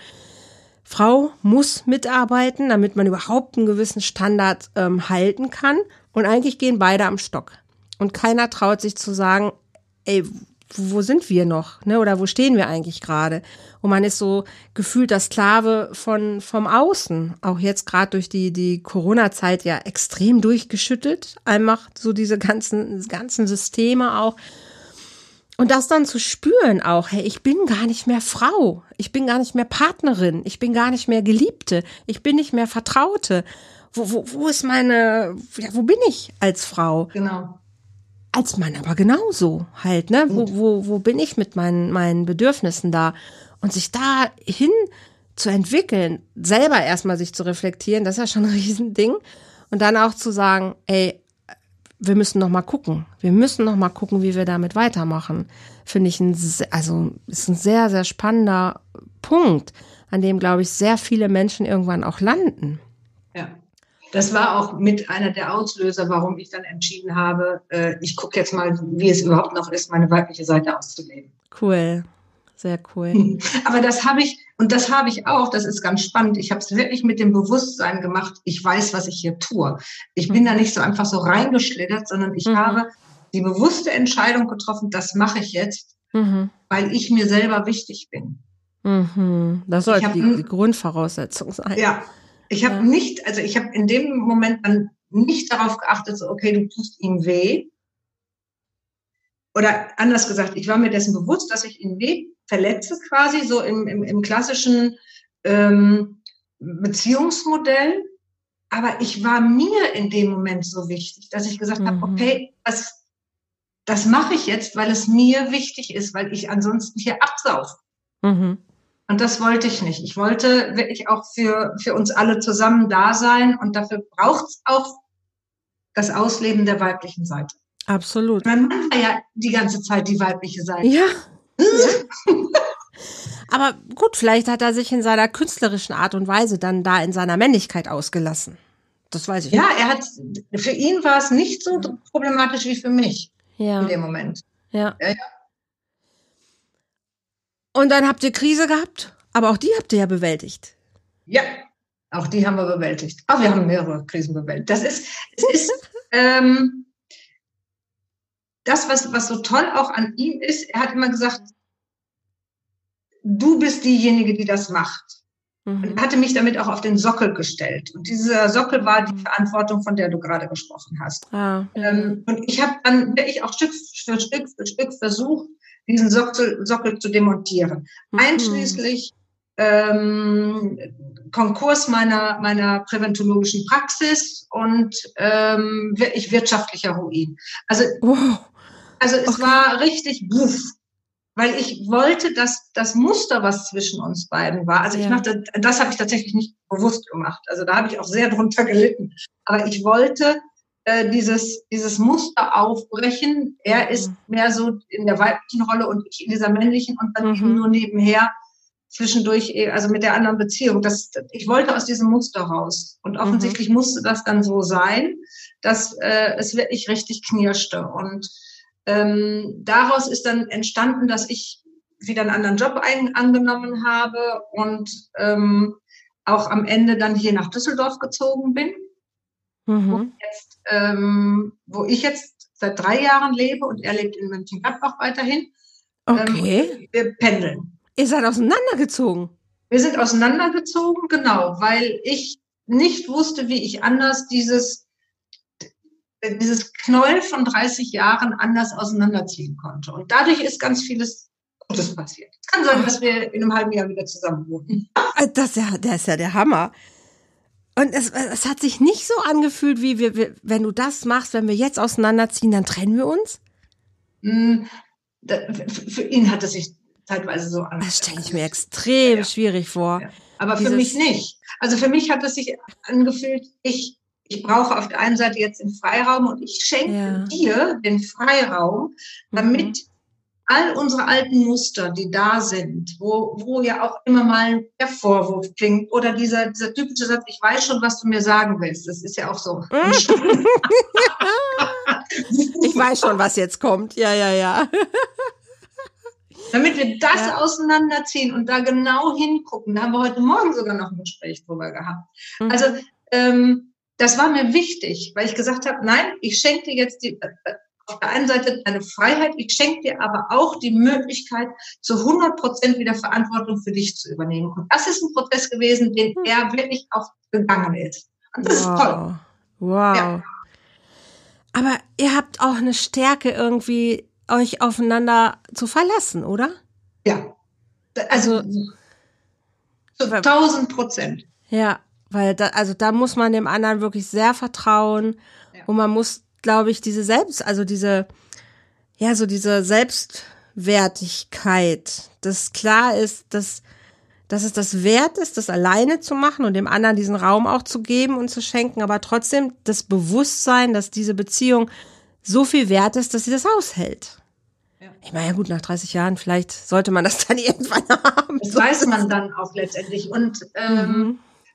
Frau muss mitarbeiten, damit man überhaupt einen gewissen Standard ähm, halten kann. Und eigentlich gehen beide am Stock. Und keiner traut sich zu sagen, ey, wo sind wir noch? Ne? Oder wo stehen wir eigentlich gerade? Und man ist so gefühlt der Sklave von vom Außen. Auch jetzt gerade durch die die Corona-Zeit ja extrem durchgeschüttelt. Einfach so diese ganzen ganzen Systeme auch. Und das dann zu spüren auch, hey, ich bin gar nicht mehr Frau, ich bin gar nicht mehr Partnerin, ich bin gar nicht mehr Geliebte, ich bin nicht mehr Vertraute. Wo, wo, wo ist meine, ja, wo bin ich als Frau? Genau. Als Mann aber genauso halt, ne? Wo, wo, wo bin ich mit meinen, meinen Bedürfnissen da? Und sich da hin zu entwickeln, selber erstmal sich zu reflektieren, das ist ja schon ein Riesending. Und dann auch zu sagen, ey, wir müssen noch mal gucken. Wir müssen noch mal gucken, wie wir damit weitermachen. Finde ich ein, also ist ein sehr, sehr spannender Punkt, an dem, glaube ich, sehr viele Menschen irgendwann auch landen. Ja. Das war auch mit einer der Auslöser, warum ich dann entschieden habe, äh, ich gucke jetzt mal, wie es überhaupt noch ist, meine weibliche Seite auszuleben. Cool, sehr cool. Aber das habe ich, und das habe ich auch, das ist ganz spannend, ich habe es wirklich mit dem Bewusstsein gemacht, ich weiß, was ich hier tue. Ich bin mhm. da nicht so einfach so reingeschlittert, sondern ich mhm. habe die bewusste Entscheidung getroffen, das mache ich jetzt, mhm. weil ich mir selber wichtig bin. Mhm. Das sollte die, die Grundvoraussetzung sein. Ja. Ich habe ja. nicht, also ich habe in dem Moment dann nicht darauf geachtet, so, okay, du tust ihm weh. Oder anders gesagt, ich war mir dessen bewusst, dass ich ihn weh verletze quasi, so im, im, im klassischen ähm, Beziehungsmodell. Aber ich war mir in dem Moment so wichtig, dass ich gesagt mhm. habe, okay, das, das mache ich jetzt, weil es mir wichtig ist, weil ich ansonsten hier absaufe. Mhm. Und das wollte ich nicht. Ich wollte wirklich auch für, für uns alle zusammen da sein. Und dafür braucht es auch das Ausleben der weiblichen Seite. Absolut. Mein Mann war ja die ganze Zeit die weibliche Seite. Ja. ja. Aber gut, vielleicht hat er sich in seiner künstlerischen Art und Weise dann da in seiner Männlichkeit ausgelassen. Das weiß ich ja, nicht. Ja, er hat, für ihn war es nicht so problematisch wie für mich ja. in dem Moment. Ja. ja, ja. Und dann habt ihr Krise gehabt, aber auch die habt ihr ja bewältigt. Ja, auch die haben wir bewältigt. Aber wir haben mehrere Krisen bewältigt. Das ist, es ist ähm, das, was, was so toll auch an ihm ist. Er hat immer gesagt, du bist diejenige, die das macht. Mhm. Und hatte mich damit auch auf den Sockel gestellt. Und dieser Sockel war die Verantwortung, von der du gerade gesprochen hast. Ah, ja. ähm, und ich habe dann wirklich auch Stück für Stück für Stück versucht, diesen Sockel, Sockel zu demontieren. Mhm. Einschließlich ähm, Konkurs meiner, meiner präventologischen Praxis und ähm, wirklich wirtschaftlicher Ruin. Also, oh. also es okay. war richtig buff, weil ich wollte, dass das Muster, was zwischen uns beiden war, also ja. ich machte, das habe ich tatsächlich nicht bewusst gemacht. Also da habe ich auch sehr drunter gelitten. Aber ich wollte Dieses, dieses Muster aufbrechen. Er ist mehr so in der weiblichen Rolle und ich in dieser männlichen und dann mhm. eben nur nebenher zwischendurch, also mit der anderen Beziehung. Das, ich wollte aus diesem Muster raus. Und offensichtlich mhm. musste das dann so sein, dass äh, es wirklich richtig knirschte. Und ähm, daraus ist dann entstanden, dass ich wieder einen anderen Job ein, angenommen habe und ähm, auch am Ende dann hier nach Düsseldorf gezogen bin. Mhm. Wo, jetzt, ähm, wo ich jetzt seit drei Jahren lebe und er lebt in Mönchengladbach weiterhin. Okay. Ähm, wir pendeln. Ihr seid auseinandergezogen? Wir sind auseinandergezogen, genau, weil ich nicht wusste, wie ich anders dieses, dieses Knäuel von dreißig Jahren anders auseinanderziehen konnte. Und dadurch ist ganz vieles Gutes passiert. Es kann sein, dass wir in einem halben Jahr wieder zusammen wohnen. Das ist ja, das ist ja der Hammer. Und es, es hat sich nicht so angefühlt, wie wir, wir, wenn du das machst, wenn wir jetzt auseinanderziehen, dann trennen wir uns? Mm, da, für ihn hat es sich zeitweise so angefühlt. Das stelle ich mir extrem ja, schwierig vor. Ja. Aber Dieses für mich nicht. Also für mich hat es sich angefühlt, ich, ich brauche auf der einen Seite jetzt den Freiraum und ich schenke ja. dir den Freiraum, damit mhm. all unsere alten Muster, die da sind, wo, wo ja auch immer mal der Vorwurf klingt oder dieser, dieser typische Satz, ich weiß schon, was du mir sagen willst. Das ist ja auch so. Ich weiß schon, was jetzt kommt. Ja, ja, ja. Damit wir das ja. auseinanderziehen und da genau hingucken. Da haben wir heute Morgen sogar noch ein Gespräch drüber gehabt. Mhm. Also ähm, das war mir wichtig, weil ich gesagt habe, nein, ich schenke dir jetzt die... Äh, auf der einen Seite deine Freiheit, ich schenke dir aber auch die Möglichkeit, zu hundert Prozent wieder Verantwortung für dich zu übernehmen. Und das ist ein Prozess gewesen, den er wirklich auch gegangen ist. Und das wow. ist toll. Wow. Ja. Aber ihr habt auch eine Stärke irgendwie, euch aufeinander zu verlassen, oder? Ja. Also zu tausend Prozent. Ja, weil da, also da muss man dem anderen wirklich sehr vertrauen ja. und man muss, glaube ich, diese Selbst, also diese, ja, so diese Selbstwertigkeit, dass klar ist, dass, dass es das wert ist, das alleine zu machen und dem anderen diesen Raum auch zu geben und zu schenken, aber trotzdem das Bewusstsein, dass diese Beziehung so viel wert ist, dass sie das aushält. Ja. Ich meine, ja gut, nach dreißig Jahren, vielleicht sollte man das dann irgendwann haben. Das weiß man dann auch letztendlich. Und ähm, mhm.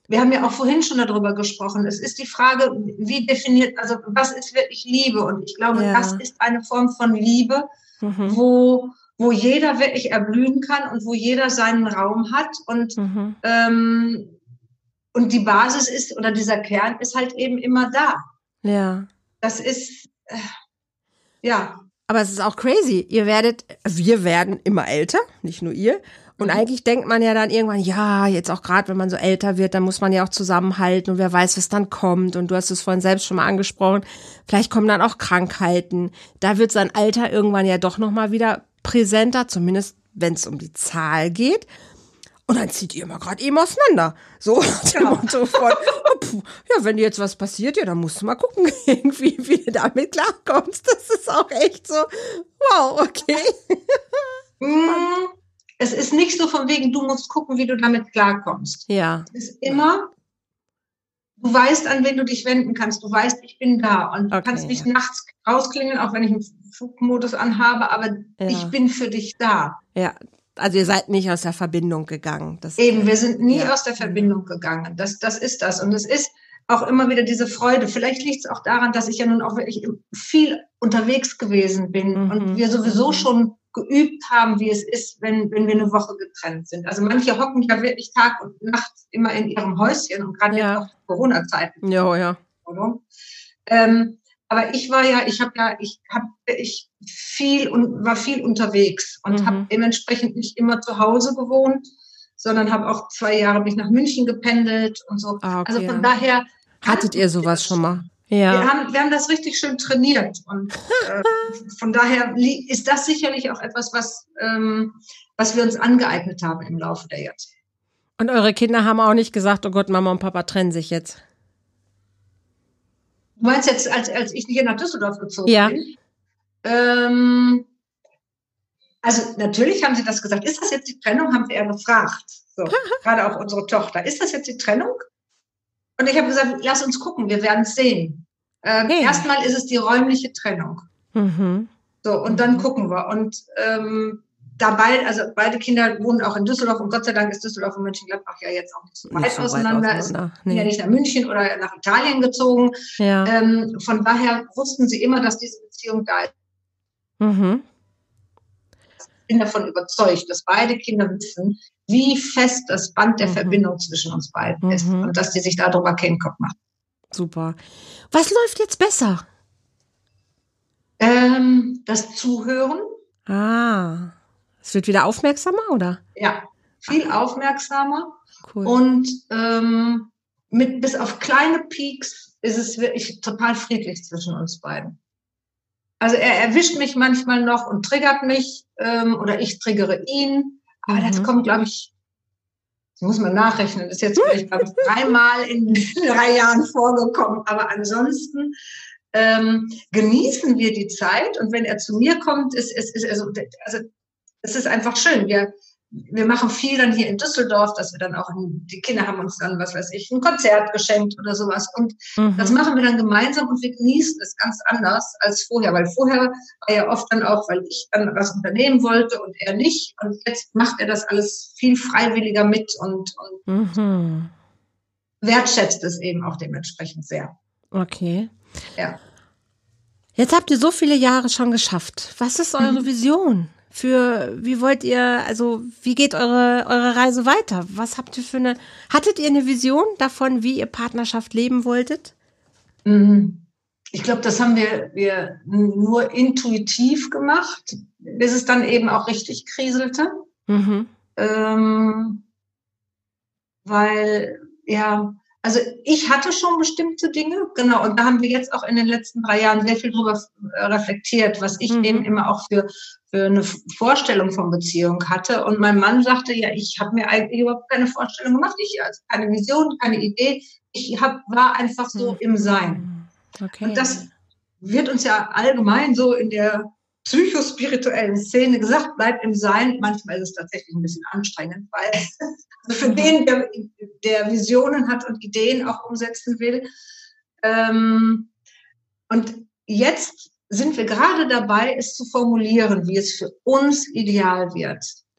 wir haben ja auch vorhin schon darüber gesprochen. Es ist die Frage, wie definiert, also was ist wirklich Liebe? Und ich glaube, Ja. das ist eine Form von Liebe, Mhm. wo, wo jeder wirklich erblühen kann und wo jeder seinen Raum hat. Und, Mhm. ähm, und die Basis ist, oder dieser Kern ist halt eben immer da. Ja. Das ist, äh, ja. Aber es ist auch crazy. Ihr werdet, wir werden immer älter, nicht nur ihr. Und Mhm. eigentlich denkt man ja dann irgendwann, ja, jetzt auch gerade, wenn man so älter wird, dann muss man ja auch zusammenhalten und wer weiß, was dann kommt. Und du hast es vorhin selbst schon mal angesprochen, vielleicht kommen dann auch Krankheiten. Da wird sein Alter irgendwann ja doch nochmal wieder präsenter, zumindest wenn es um die Zahl geht. Und dann zieht ihr immer gerade eben auseinander. So, Genau. so von, oh, puh, ja, wenn dir jetzt was passiert, ja, dann musst du mal gucken, irgendwie, wie du damit klarkommst. Das ist auch echt so, wow, okay. Mm, Es ist nicht so von wegen, du musst gucken, wie du damit klarkommst. Ja. Es ist immer, du weißt, an wen du dich wenden kannst. Du weißt, ich bin da. Und du Okay, kannst nicht ja. nachts rausklingeln, auch wenn ich einen Flugmodus anhabe, aber Ja. ich bin für dich da. Ja, also ihr seid nicht aus der Verbindung gegangen. Das, Eben, wir sind nie ja. aus der Verbindung gegangen. Das, das ist das. Und es ist auch immer wieder diese Freude. Vielleicht liegt es auch daran, dass ich ja nun auch wirklich viel unterwegs gewesen bin Mhm. und wir sowieso Mhm. schon geübt haben, wie es ist, wenn, wenn wir eine Woche getrennt sind. Also manche hocken ja wirklich Tag und Nacht immer in ihrem Häuschen und gerade Ja. jetzt auch Corona-Zeiten. Ja, ja. Ähm, aber ich war ja, ich habe ja, ich habe ich viel und war viel unterwegs und Mhm. habe dementsprechend nicht immer zu Hause gewohnt, sondern habe auch zwei Jahre mich nach München gependelt und so. Ah, okay, Also von ja. daher Hattet ihr sowas schon mal? Wir Ja. haben, wir haben das richtig schön trainiert und äh, von daher li- ist das sicherlich auch etwas, was, ähm, was wir uns angeeignet haben im Laufe der Jahrzehnte. Und eure Kinder haben auch nicht gesagt, oh Gott, Mama und Papa trennen sich jetzt. Du meinst jetzt, als, als ich hier nach Düsseldorf gezogen Ja. bin? Ähm, also natürlich haben sie das gesagt. Ist das jetzt die Trennung? Haben sie eher gefragt. So, gerade auch unsere Tochter. Ist das jetzt die Trennung? Und ich habe gesagt, lass uns gucken, wir werden es sehen. Ähm, Hey. Erstmal ist es die räumliche Trennung. Mhm. So, und dann gucken wir. Und ähm, dabei, also beide Kinder wohnen auch in Düsseldorf und Gott sei Dank ist Düsseldorf und Mönchengladbach ja jetzt auch nicht so weit Nicht so weit auseinander. Es auseinander. sind ja Nee. nicht nach München oder nach Italien gezogen. Ja. Ähm, von daher wussten sie immer, dass diese Beziehung da ist. Mhm. Ich bin davon überzeugt, dass beide Kinder wissen, wie fest das Band der Mhm. Verbindung zwischen uns beiden ist Mhm. und dass die sich darüber keinen Kopf machen. Super. Was läuft jetzt besser? Ähm, das Zuhören, Ah. Es wird wieder aufmerksamer, oder? ja, viel aufmerksamer. Cool. Und ähm, mit bis auf kleine Peaks ist es wirklich total friedlich zwischen uns beiden. Also er erwischt mich manchmal noch und triggert mich ähm, oder ich triggere ihn. Aber Mhm. das kommt, glaube ich, das muss man nachrechnen, das ist jetzt vielleicht glaube ich, dreimal in drei Jahren vorgekommen. Aber ansonsten ähm, genießen wir die Zeit. Und wenn er zu mir kommt, ist es ist, ist, also, also es ist einfach schön. Wir Wir machen viel dann hier in Düsseldorf, dass wir dann auch, in, die Kinder haben uns dann, was weiß ich, ein Konzert geschenkt oder sowas. Und Mhm. das machen wir dann gemeinsam und wir genießen es ganz anders als vorher. Weil vorher war ja oft dann auch, weil ich dann was unternehmen wollte und er nicht. Und jetzt macht er das alles viel freiwilliger mit und, und Mhm. wertschätzt es eben auch dementsprechend sehr. Okay. Ja. Jetzt habt ihr so viele Jahre schon geschafft. Was ist eure Mhm. Vision? Für, wie wollt ihr, also, wie geht eure, eure Reise weiter? Was habt ihr für eine, hattet ihr eine Vision davon, wie ihr Partnerschaft leben wolltet? Ich glaube, das haben wir, wir nur intuitiv gemacht, bis es dann eben auch richtig kriselte. Mhm. Ähm, weil, ja, also ich hatte schon bestimmte Dinge, genau, und da haben wir jetzt auch in den letzten drei Jahren sehr viel drüber äh, reflektiert, was ich Mhm. eben immer auch für, für eine Vorstellung von Beziehung hatte. Und mein Mann sagte, ja, ich habe mir eigentlich überhaupt keine Vorstellung gemacht, ich also keine Vision, keine Idee, ich hab, war einfach so im Sein. Okay. Und das wird uns ja allgemein so in der psychospirituellen Szene gesagt, bleib im Sein. Manchmal ist es tatsächlich ein bisschen anstrengend, weil also für Mhm. den, der, der Visionen hat und Ideen auch umsetzen will. Ähm, und jetzt sind wir gerade dabei, es zu formulieren, wie es für uns ideal wird.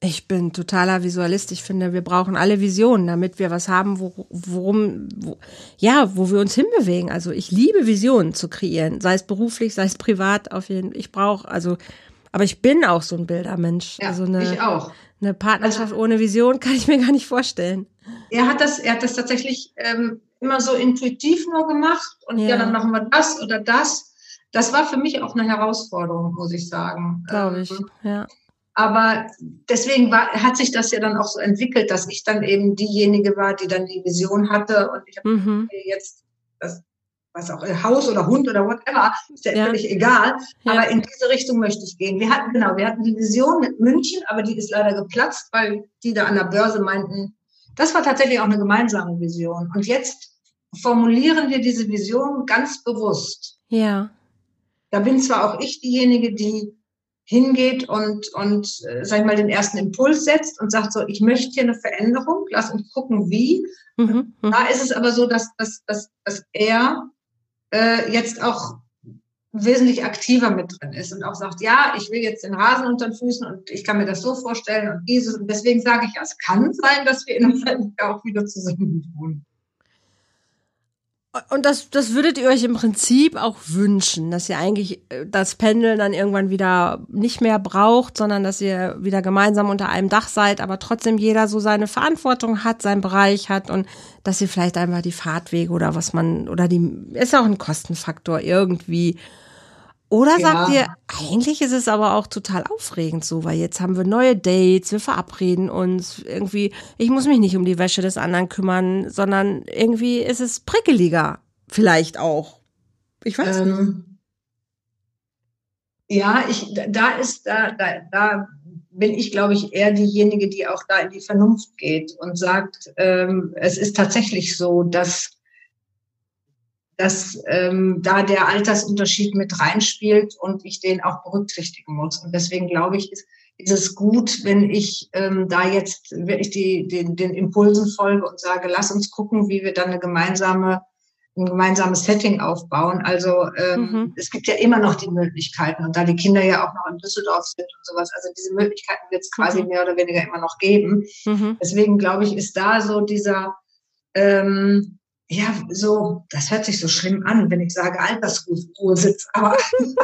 Ich bin totaler Visualist. Ich finde, wir brauchen alle Visionen, damit wir was haben, wo, worum, wo, ja, wo wir uns hinbewegen. Also ich liebe Visionen zu kreieren, sei es beruflich, sei es privat. Auf jeden Fall. Ich brauche, also, aber ich bin auch so ein Bildermensch. Ja, also eine, ich auch. Eine Partnerschaft also, ohne Vision kann ich mir gar nicht vorstellen. Er hat das, er hat das tatsächlich ähm, immer so intuitiv nur gemacht und ja. ja, dann machen wir das oder das. Das war für mich auch eine Herausforderung, muss ich sagen. Glaube ich, ähm, ja. Aber deswegen war, hat sich das ja dann auch so entwickelt, dass ich dann eben diejenige war, die dann die Vision hatte. Und ich habe mhm. jetzt das, was auch, Haus oder Hund oder whatever, ist ja, ja. völlig egal. Ja. Aber in diese Richtung möchte ich gehen. Wir hatten, genau, wir hatten die Vision mit München, aber die ist leider geplatzt, weil die da an der Börse meinten, das war tatsächlich auch eine gemeinsame Vision. Und jetzt formulieren wir diese Vision ganz bewusst. Ja. Da bin zwar auch ich diejenige, die hingeht und, und äh, sag ich mal, den ersten Impuls setzt und sagt so, ich möchte hier eine Veränderung, lass uns gucken, wie. Mhm, da ist es aber so, dass, dass, dass, dass er äh, jetzt auch wesentlich aktiver mit drin ist und auch sagt, ja, ich will jetzt den Rasen unter den Füßen und ich kann mir das so vorstellen und dieses. Und deswegen sage ich, ja, es kann sein, dass wir in einem halben Jahr auch wieder zusammen wohnen. Und das, das würdet ihr euch im Prinzip auch wünschen, dass ihr eigentlich das Pendeln dann irgendwann wieder nicht mehr braucht, sondern dass ihr wieder gemeinsam unter einem Dach seid, aber trotzdem jeder so seine Verantwortung hat, seinen Bereich hat und dass ihr vielleicht einfach die Fahrtwege oder was man, oder die, ist auch ein Kostenfaktor irgendwie. Oder ja. sagt ihr, eigentlich ist es aber auch total aufregend so, weil jetzt haben wir neue Dates, wir verabreden uns irgendwie, ich muss mich nicht um die Wäsche des anderen kümmern, sondern irgendwie ist es prickeliger, vielleicht auch. Ich weiß ähm, nicht. Ja, ich, da ist, da, da, da bin ich, glaube ich, eher diejenige, die auch da in die Vernunft geht und sagt, ähm, es ist tatsächlich so, dass dass ähm, da der Altersunterschied mit reinspielt und ich den auch berücksichtigen muss. Und deswegen glaube ich, ist, ist es gut, wenn ich ähm, da jetzt wirklich die, den, den Impulsen folge und sage, lass uns gucken, wie wir dann eine gemeinsame, ein gemeinsames Setting aufbauen. Also ähm, mhm. es gibt ja immer noch die Möglichkeiten und da die Kinder ja auch noch in Düsseldorf sind und sowas, also diese Möglichkeiten wird es quasi mhm. mehr oder weniger immer noch geben. Mhm. Deswegen glaube ich, ist da so dieser ähm, ja, so, das hört sich so schlimm an, wenn ich sage Altersruhesitz, aber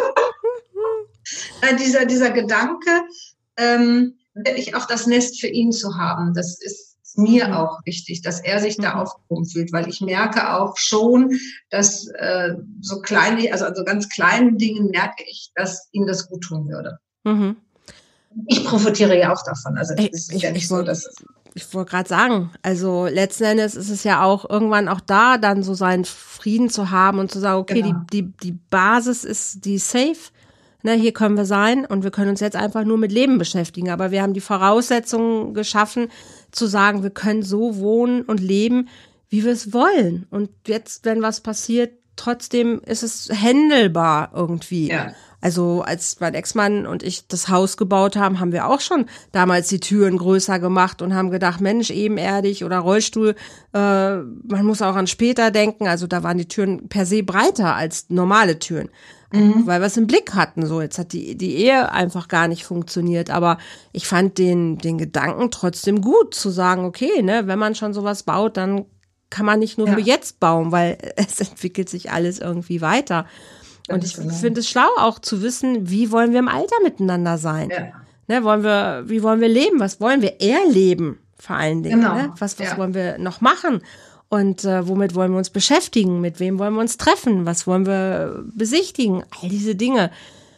dieser, dieser Gedanke, ähm, wirklich auch das Nest für ihn zu haben, das ist mir mhm. auch wichtig, dass er sich mhm. da aufgehoben fühlt, weil ich merke auch schon, dass äh, so kleine, also an so ganz kleinen Dingen merke ich, dass ihm das gut tun würde. Mhm. Ich profitiere ja auch davon, also das ich, ist ich, ja nicht ich so, wollt, dass Ich wollte gerade sagen, also letzten Endes ist es ja auch irgendwann auch da, dann so seinen Frieden zu haben und zu sagen, okay, genau. die, die, die Basis ist die safe, ne, hier können wir sein und wir können uns jetzt einfach nur mit Leben beschäftigen, aber wir haben die Voraussetzungen geschaffen, zu sagen, wir können so wohnen und leben, wie wir es wollen. Und jetzt, wenn was passiert, trotzdem ist es händelbar irgendwie. Ja. Also als mein Ex-Mann und ich das Haus gebaut haben, haben wir auch schon damals die Türen größer gemacht und haben gedacht, Mensch, ebenerdig oder Rollstuhl, äh, man muss auch an später denken. Also da waren die Türen per se breiter als normale Türen, mhm. weil wir es im Blick hatten. So, jetzt hat die die Ehe einfach gar nicht funktioniert. Aber ich fand den den Gedanken trotzdem gut, zu sagen, okay, ne, wenn man schon sowas baut, dann kann man nicht nur ja. für jetzt bauen, weil es entwickelt sich alles irgendwie weiter. Und ich genau. finde es schlau auch zu wissen, wie wollen wir im Alter miteinander sein? Ja. Ne, wollen wir, wie wollen wir leben? Was wollen wir erleben? Vor allen Dingen. Genau. Ne? Was, was ja. wollen wir noch machen? Und äh, womit wollen wir uns beschäftigen? Mit wem wollen wir uns treffen? Was wollen wir besichtigen? All diese Dinge.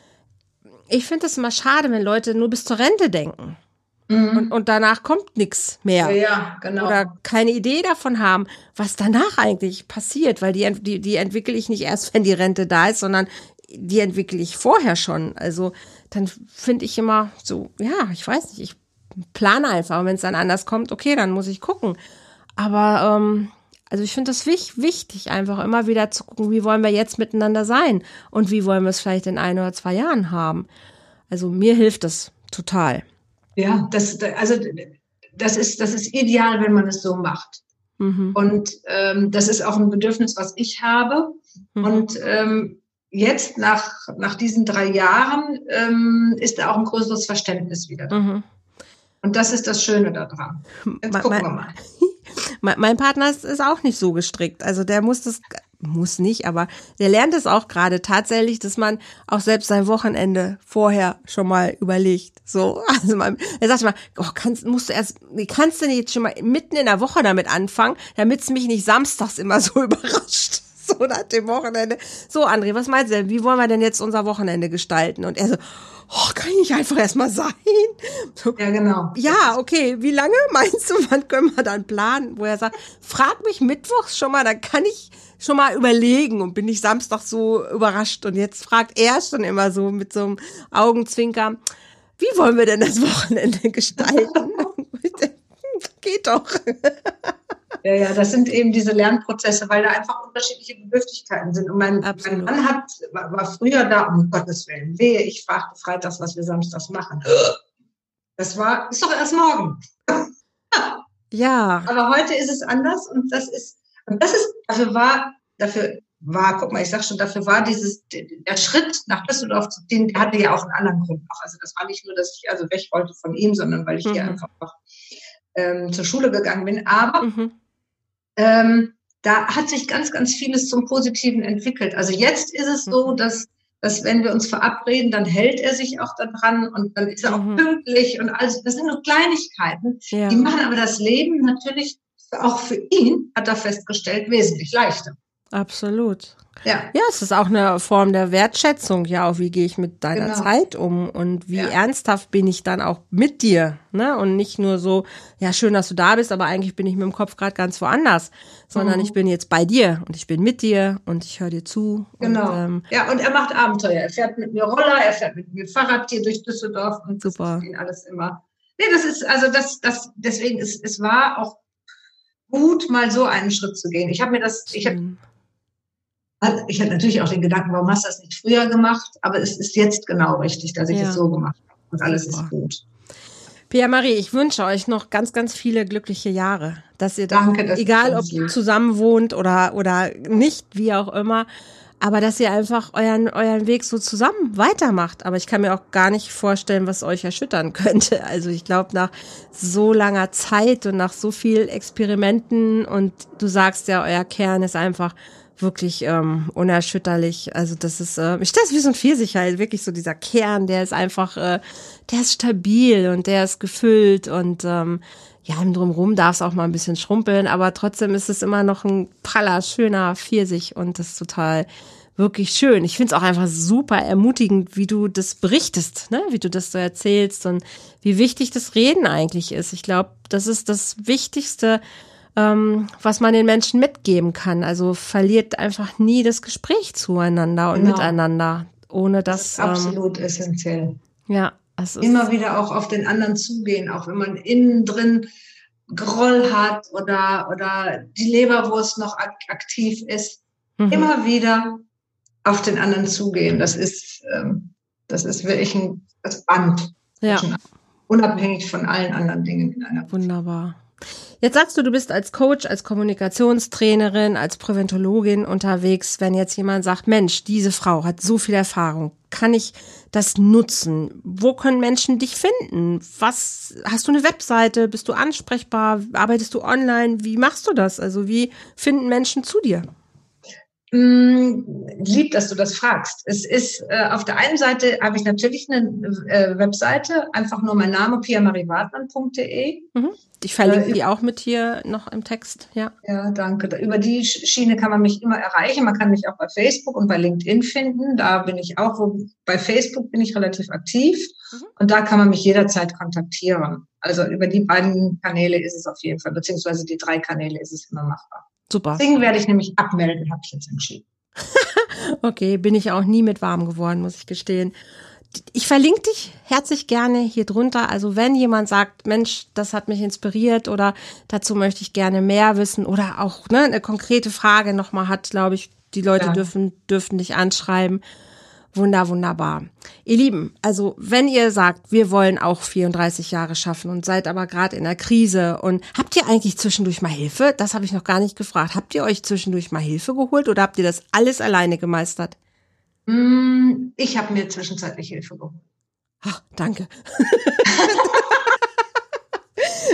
Ich finde es immer schade, wenn Leute nur bis zur Rente denken. Mhm. Und, und danach kommt nichts mehr. Ja, genau. Oder keine Idee davon haben, was danach eigentlich passiert, weil die, die, die entwickle ich nicht erst, wenn die Rente da ist, sondern die entwickle ich vorher schon. Also dann finde ich immer so, ja, ich weiß nicht, ich plane einfach. Und wenn es dann anders kommt, okay, dann muss ich gucken. Aber ähm, also ich finde es wich- wichtig, einfach immer wieder zu gucken, wie wollen wir jetzt miteinander sein und wie wollen wir es vielleicht in ein oder zwei Jahren haben. Also mir hilft das total. Ja, das, also das ist, das ist ideal, wenn man es so macht. Mhm. Und ähm, das ist auch ein Bedürfnis, was ich habe. Mhm. Und ähm, jetzt nach, nach diesen drei Jahren ähm, ist da auch ein größeres Verständnis wieder da. Mhm. Und das ist das Schöne daran. Jetzt gucken wir mal. Mein, mein Partner ist, ist auch nicht so gestrickt. Also der muss das, muss nicht, aber der lernt es auch gerade tatsächlich, dass man auch selbst sein Wochenende vorher schon mal überlegt. So, also man, er sagt mal, oh, kannst, musst du erst, kannst du nicht jetzt schon mal mitten in der Woche damit anfangen, damit es mich nicht samstags immer so überrascht. So nach dem Wochenende. So, André, was meinst du denn? Wie wollen wir denn jetzt unser Wochenende gestalten? Und er so, oh, kann ich nicht einfach erstmal sein? So, ja, genau. Ja, okay. Wie lange meinst du, wann können wir dann planen? Wo er sagt, frag mich mittwochs schon mal, dann kann ich schon mal überlegen und bin ich Samstag so überrascht. Und jetzt fragt er schon immer so mit so einem Augenzwinker, wie wollen wir denn das Wochenende gestalten? Geht doch. Ja, ja, das sind eben diese Lernprozesse, weil da einfach unterschiedliche Bedürftigkeiten sind. Und mein, mein Mann hat, war, war früher da, um Gottes Willen, wehe, ich fragte freitags, was wir samstags machen. Das war, ist doch erst morgen. Ja. Aber heute ist es anders und das ist, und das ist, dafür war, dafür war, guck mal, ich sag schon, dafür war dieses, der Schritt nach Düsseldorf zu ziehen, der hatte ja auch einen anderen Grund noch. Also das war nicht nur, dass ich also weg wollte von ihm, sondern weil ich mhm. hier einfach noch ähm, zur Schule gegangen bin. Aber mhm. Ähm, da hat sich ganz, ganz vieles zum Positiven entwickelt. Also jetzt ist es so, dass, dass wenn wir uns verabreden, dann hält er sich auch daran und dann ist er auch mhm. pünktlich und alles. Das sind nur Kleinigkeiten, ja. die machen aber das Leben natürlich auch für ihn, hat er festgestellt, wesentlich leichter. Absolut. Ja. Ja, es ist auch eine Form der Wertschätzung, ja, auch wie gehe ich mit deiner genau. Zeit um und wie ja. ernsthaft bin ich dann auch mit dir, ne? Und nicht nur so, ja, schön, dass du da bist, aber eigentlich bin ich mit dem Kopf gerade ganz woanders, sondern mhm. ich bin jetzt bei dir und ich bin mit dir und ich höre dir zu. Genau. Und, ähm, ja, und er macht Abenteuer. Er fährt mit mir Roller, er fährt mit mir Fahrrad hier durch Düsseldorf und super. Das ist ihn alles immer. Nee, das ist, also das, das, deswegen ist, es war auch gut, mal so einen Schritt zu gehen. Ich habe mir das, ich habe Ich hatte natürlich auch den Gedanken, warum hast du das nicht früher gemacht? Aber es ist jetzt genau richtig, dass ich es ja. so gemacht habe. Und alles Super. Ist gut. Pia-Marie, ich wünsche euch noch ganz, ganz viele glückliche Jahre. Dass ihr Danke, doch, das egal ob zusammen wohnt oder, oder nicht, wie auch immer, aber dass ihr einfach euren, euren Weg so zusammen weitermacht. Aber ich kann mir auch gar nicht vorstellen, was euch erschüttern könnte. Also ich glaube, nach so langer Zeit und nach so viel Experimenten und du sagst ja, euer Kern ist einfach wirklich ähm, unerschütterlich. Also das ist, äh, ich stelle es wie so ein Pfirsich halt, wirklich so dieser Kern, der ist einfach, äh, der ist stabil und der ist gefüllt und ähm, ja, im Drumherum darf es auch mal ein bisschen schrumpeln, aber trotzdem ist es immer noch ein praller, schöner Pfirsich und das ist total wirklich schön. Ich finde es auch einfach super ermutigend, wie du das berichtest, ne? Wie du das so erzählst und wie wichtig das Reden eigentlich ist. Ich glaube, das ist das Wichtigste, ähm, was man den Menschen mitgeben kann. Also verliert einfach nie das Gespräch zueinander und genau. miteinander, ohne dass... Das ist absolut ähm, essentiell. Ja. Es ist immer wieder auch auf den anderen zugehen, auch wenn man innen drin Groll hat oder, oder die Leberwurst noch ak- aktiv ist. Mhm. Immer wieder auf den anderen zugehen. Das ist, ähm, das ist wirklich ein das Band. Ja. Unabhängig von allen anderen Dingen in einer Beziehung. Wunderbar. Jetzt sagst du, du bist als Coach, als Kommunikationstrainerin, als Präventologin unterwegs. Wenn jetzt jemand sagt, Mensch, diese Frau hat so viel Erfahrung, kann ich das nutzen? Wo können Menschen dich finden? Was, hast du eine Webseite? Bist du ansprechbar? Arbeitest du online? Wie machst du das? Also wie finden Menschen zu dir? Lieb, dass du das fragst. Es ist, äh, auf der einen Seite habe ich natürlich eine äh, Webseite, einfach nur mein Name, pia marie wartmann punkt de. Mhm. Ich verlinke äh, die auch mit hier noch im Text, ja. Ja, danke. Über die Schiene kann man mich immer erreichen. Man kann mich auch bei Facebook und bei LinkedIn finden. Da bin ich auch, wo, bei Facebook bin ich relativ aktiv. Mhm. Und da kann man mich jederzeit kontaktieren. Also über die beiden Kanäle ist es auf jeden Fall, beziehungsweise die drei Kanäle ist es immer machbar. Super. Deswegen werde ich nämlich abmelden, habe ich jetzt entschieden. Okay, bin ich auch nie mit warm geworden, muss ich gestehen. Ich verlinke dich herzlich gerne hier drunter. Also wenn jemand sagt, Mensch, das hat mich inspiriert oder dazu möchte ich gerne mehr wissen oder auch ne, eine konkrete Frage nochmal hat, glaube ich, die Leute ja. dürfen, dürfen dich anschreiben. Wunder, wunderbar. Ihr Lieben, also wenn ihr sagt, wir wollen auch vierunddreißig Jahre schaffen und seid aber gerade in der Krise und habt ihr eigentlich zwischendurch mal Hilfe? Das habe ich noch gar nicht gefragt. Habt ihr euch zwischendurch mal Hilfe geholt oder habt ihr das alles alleine gemeistert? Ich habe mir zwischenzeitlich Hilfe geholt. Ach, danke.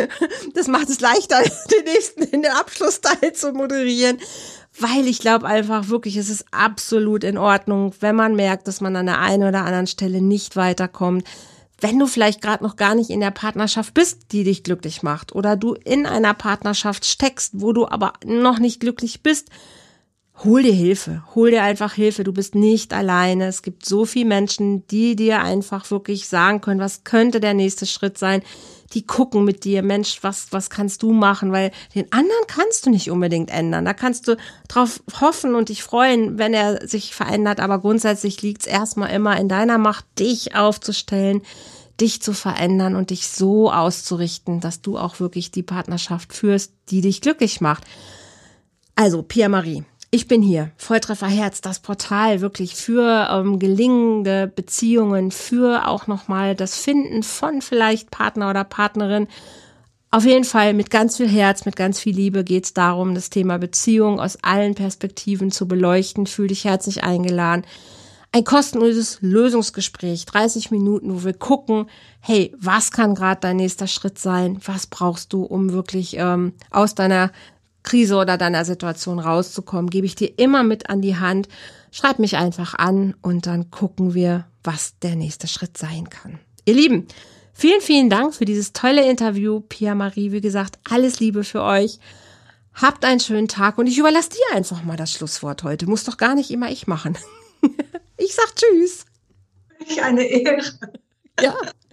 Das macht es leichter, den nächsten in den Abschlussteil zu moderieren. Weil ich glaube einfach wirklich, es ist absolut in Ordnung, wenn man merkt, dass man an der einen oder anderen Stelle nicht weiterkommt. Wenn du vielleicht gerade noch gar nicht in der Partnerschaft bist, die dich glücklich macht, oder du in einer Partnerschaft steckst, wo du aber noch nicht glücklich bist, hol dir Hilfe, hol dir einfach Hilfe. Du bist nicht alleine. Es gibt so viele Menschen, die dir einfach wirklich sagen können, was könnte der nächste Schritt sein. Die gucken mit dir, Mensch, was, was kannst du machen? Weil den anderen kannst du nicht unbedingt ändern. Da kannst du drauf hoffen und dich freuen, wenn er sich verändert. Aber grundsätzlich liegt es erstmal immer in deiner Macht, dich aufzustellen, dich zu verändern und dich so auszurichten, dass du auch wirklich die Partnerschaft führst, die dich glücklich macht. Also, Pia Marie, ich bin hier, Volltreffer Herz, das Portal wirklich für ähm, gelingende Beziehungen, für auch nochmal das Finden von vielleicht Partner oder Partnerin. Auf jeden Fall mit ganz viel Herz, mit ganz viel Liebe geht es darum, das Thema Beziehung aus allen Perspektiven zu beleuchten. Fühl dich herzlich eingeladen. Ein kostenloses Lösungsgespräch, dreißig Minuten, wo wir gucken, hey, was kann gerade dein nächster Schritt sein? Was brauchst du, um wirklich ähm, aus deiner Krise oder deiner Situation rauszukommen, gebe ich dir immer mit an die Hand. Schreib mich einfach an und dann gucken wir, was der nächste Schritt sein kann. Ihr Lieben, vielen, vielen Dank für dieses tolle Interview. Pia Marie, wie gesagt, alles Liebe für euch. Habt einen schönen Tag und ich überlasse dir einfach mal das Schlusswort heute. Muss doch gar nicht immer ich machen. Ich sag Tschüss. Ich eine Ehre. Ja.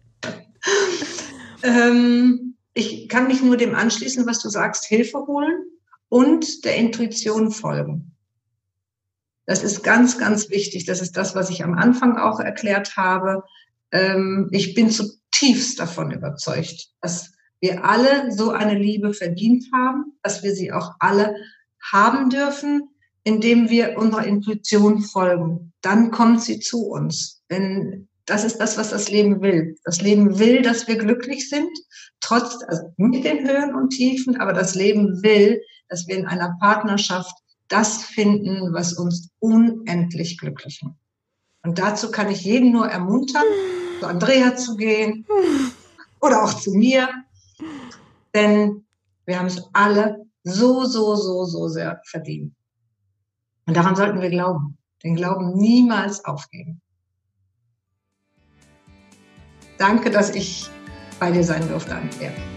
ähm, ich kann mich nur dem anschließen, was du sagst, Hilfe holen und der Intuition folgen. Das ist ganz, ganz wichtig. Das ist das, was ich am Anfang auch erklärt habe. Ähm, ich bin zutiefst davon überzeugt, dass wir alle so eine Liebe verdient haben, dass wir sie auch alle haben dürfen, indem wir unserer Intuition folgen. Dann kommt sie zu uns. Denn das ist das, was das Leben will. Das Leben will, dass wir glücklich sind, trotz, also mit den Höhen und Tiefen, aber das Leben will, dass wir in einer Partnerschaft das finden, was uns unendlich glücklich macht. Und dazu kann ich jeden nur ermuntern, zu Andrea zu gehen oder auch zu mir, denn wir haben es alle so, so, so, so sehr verdient. Und daran sollten wir glauben, den Glauben niemals aufgeben. Danke, dass ich bei dir sein durfte, Andrea.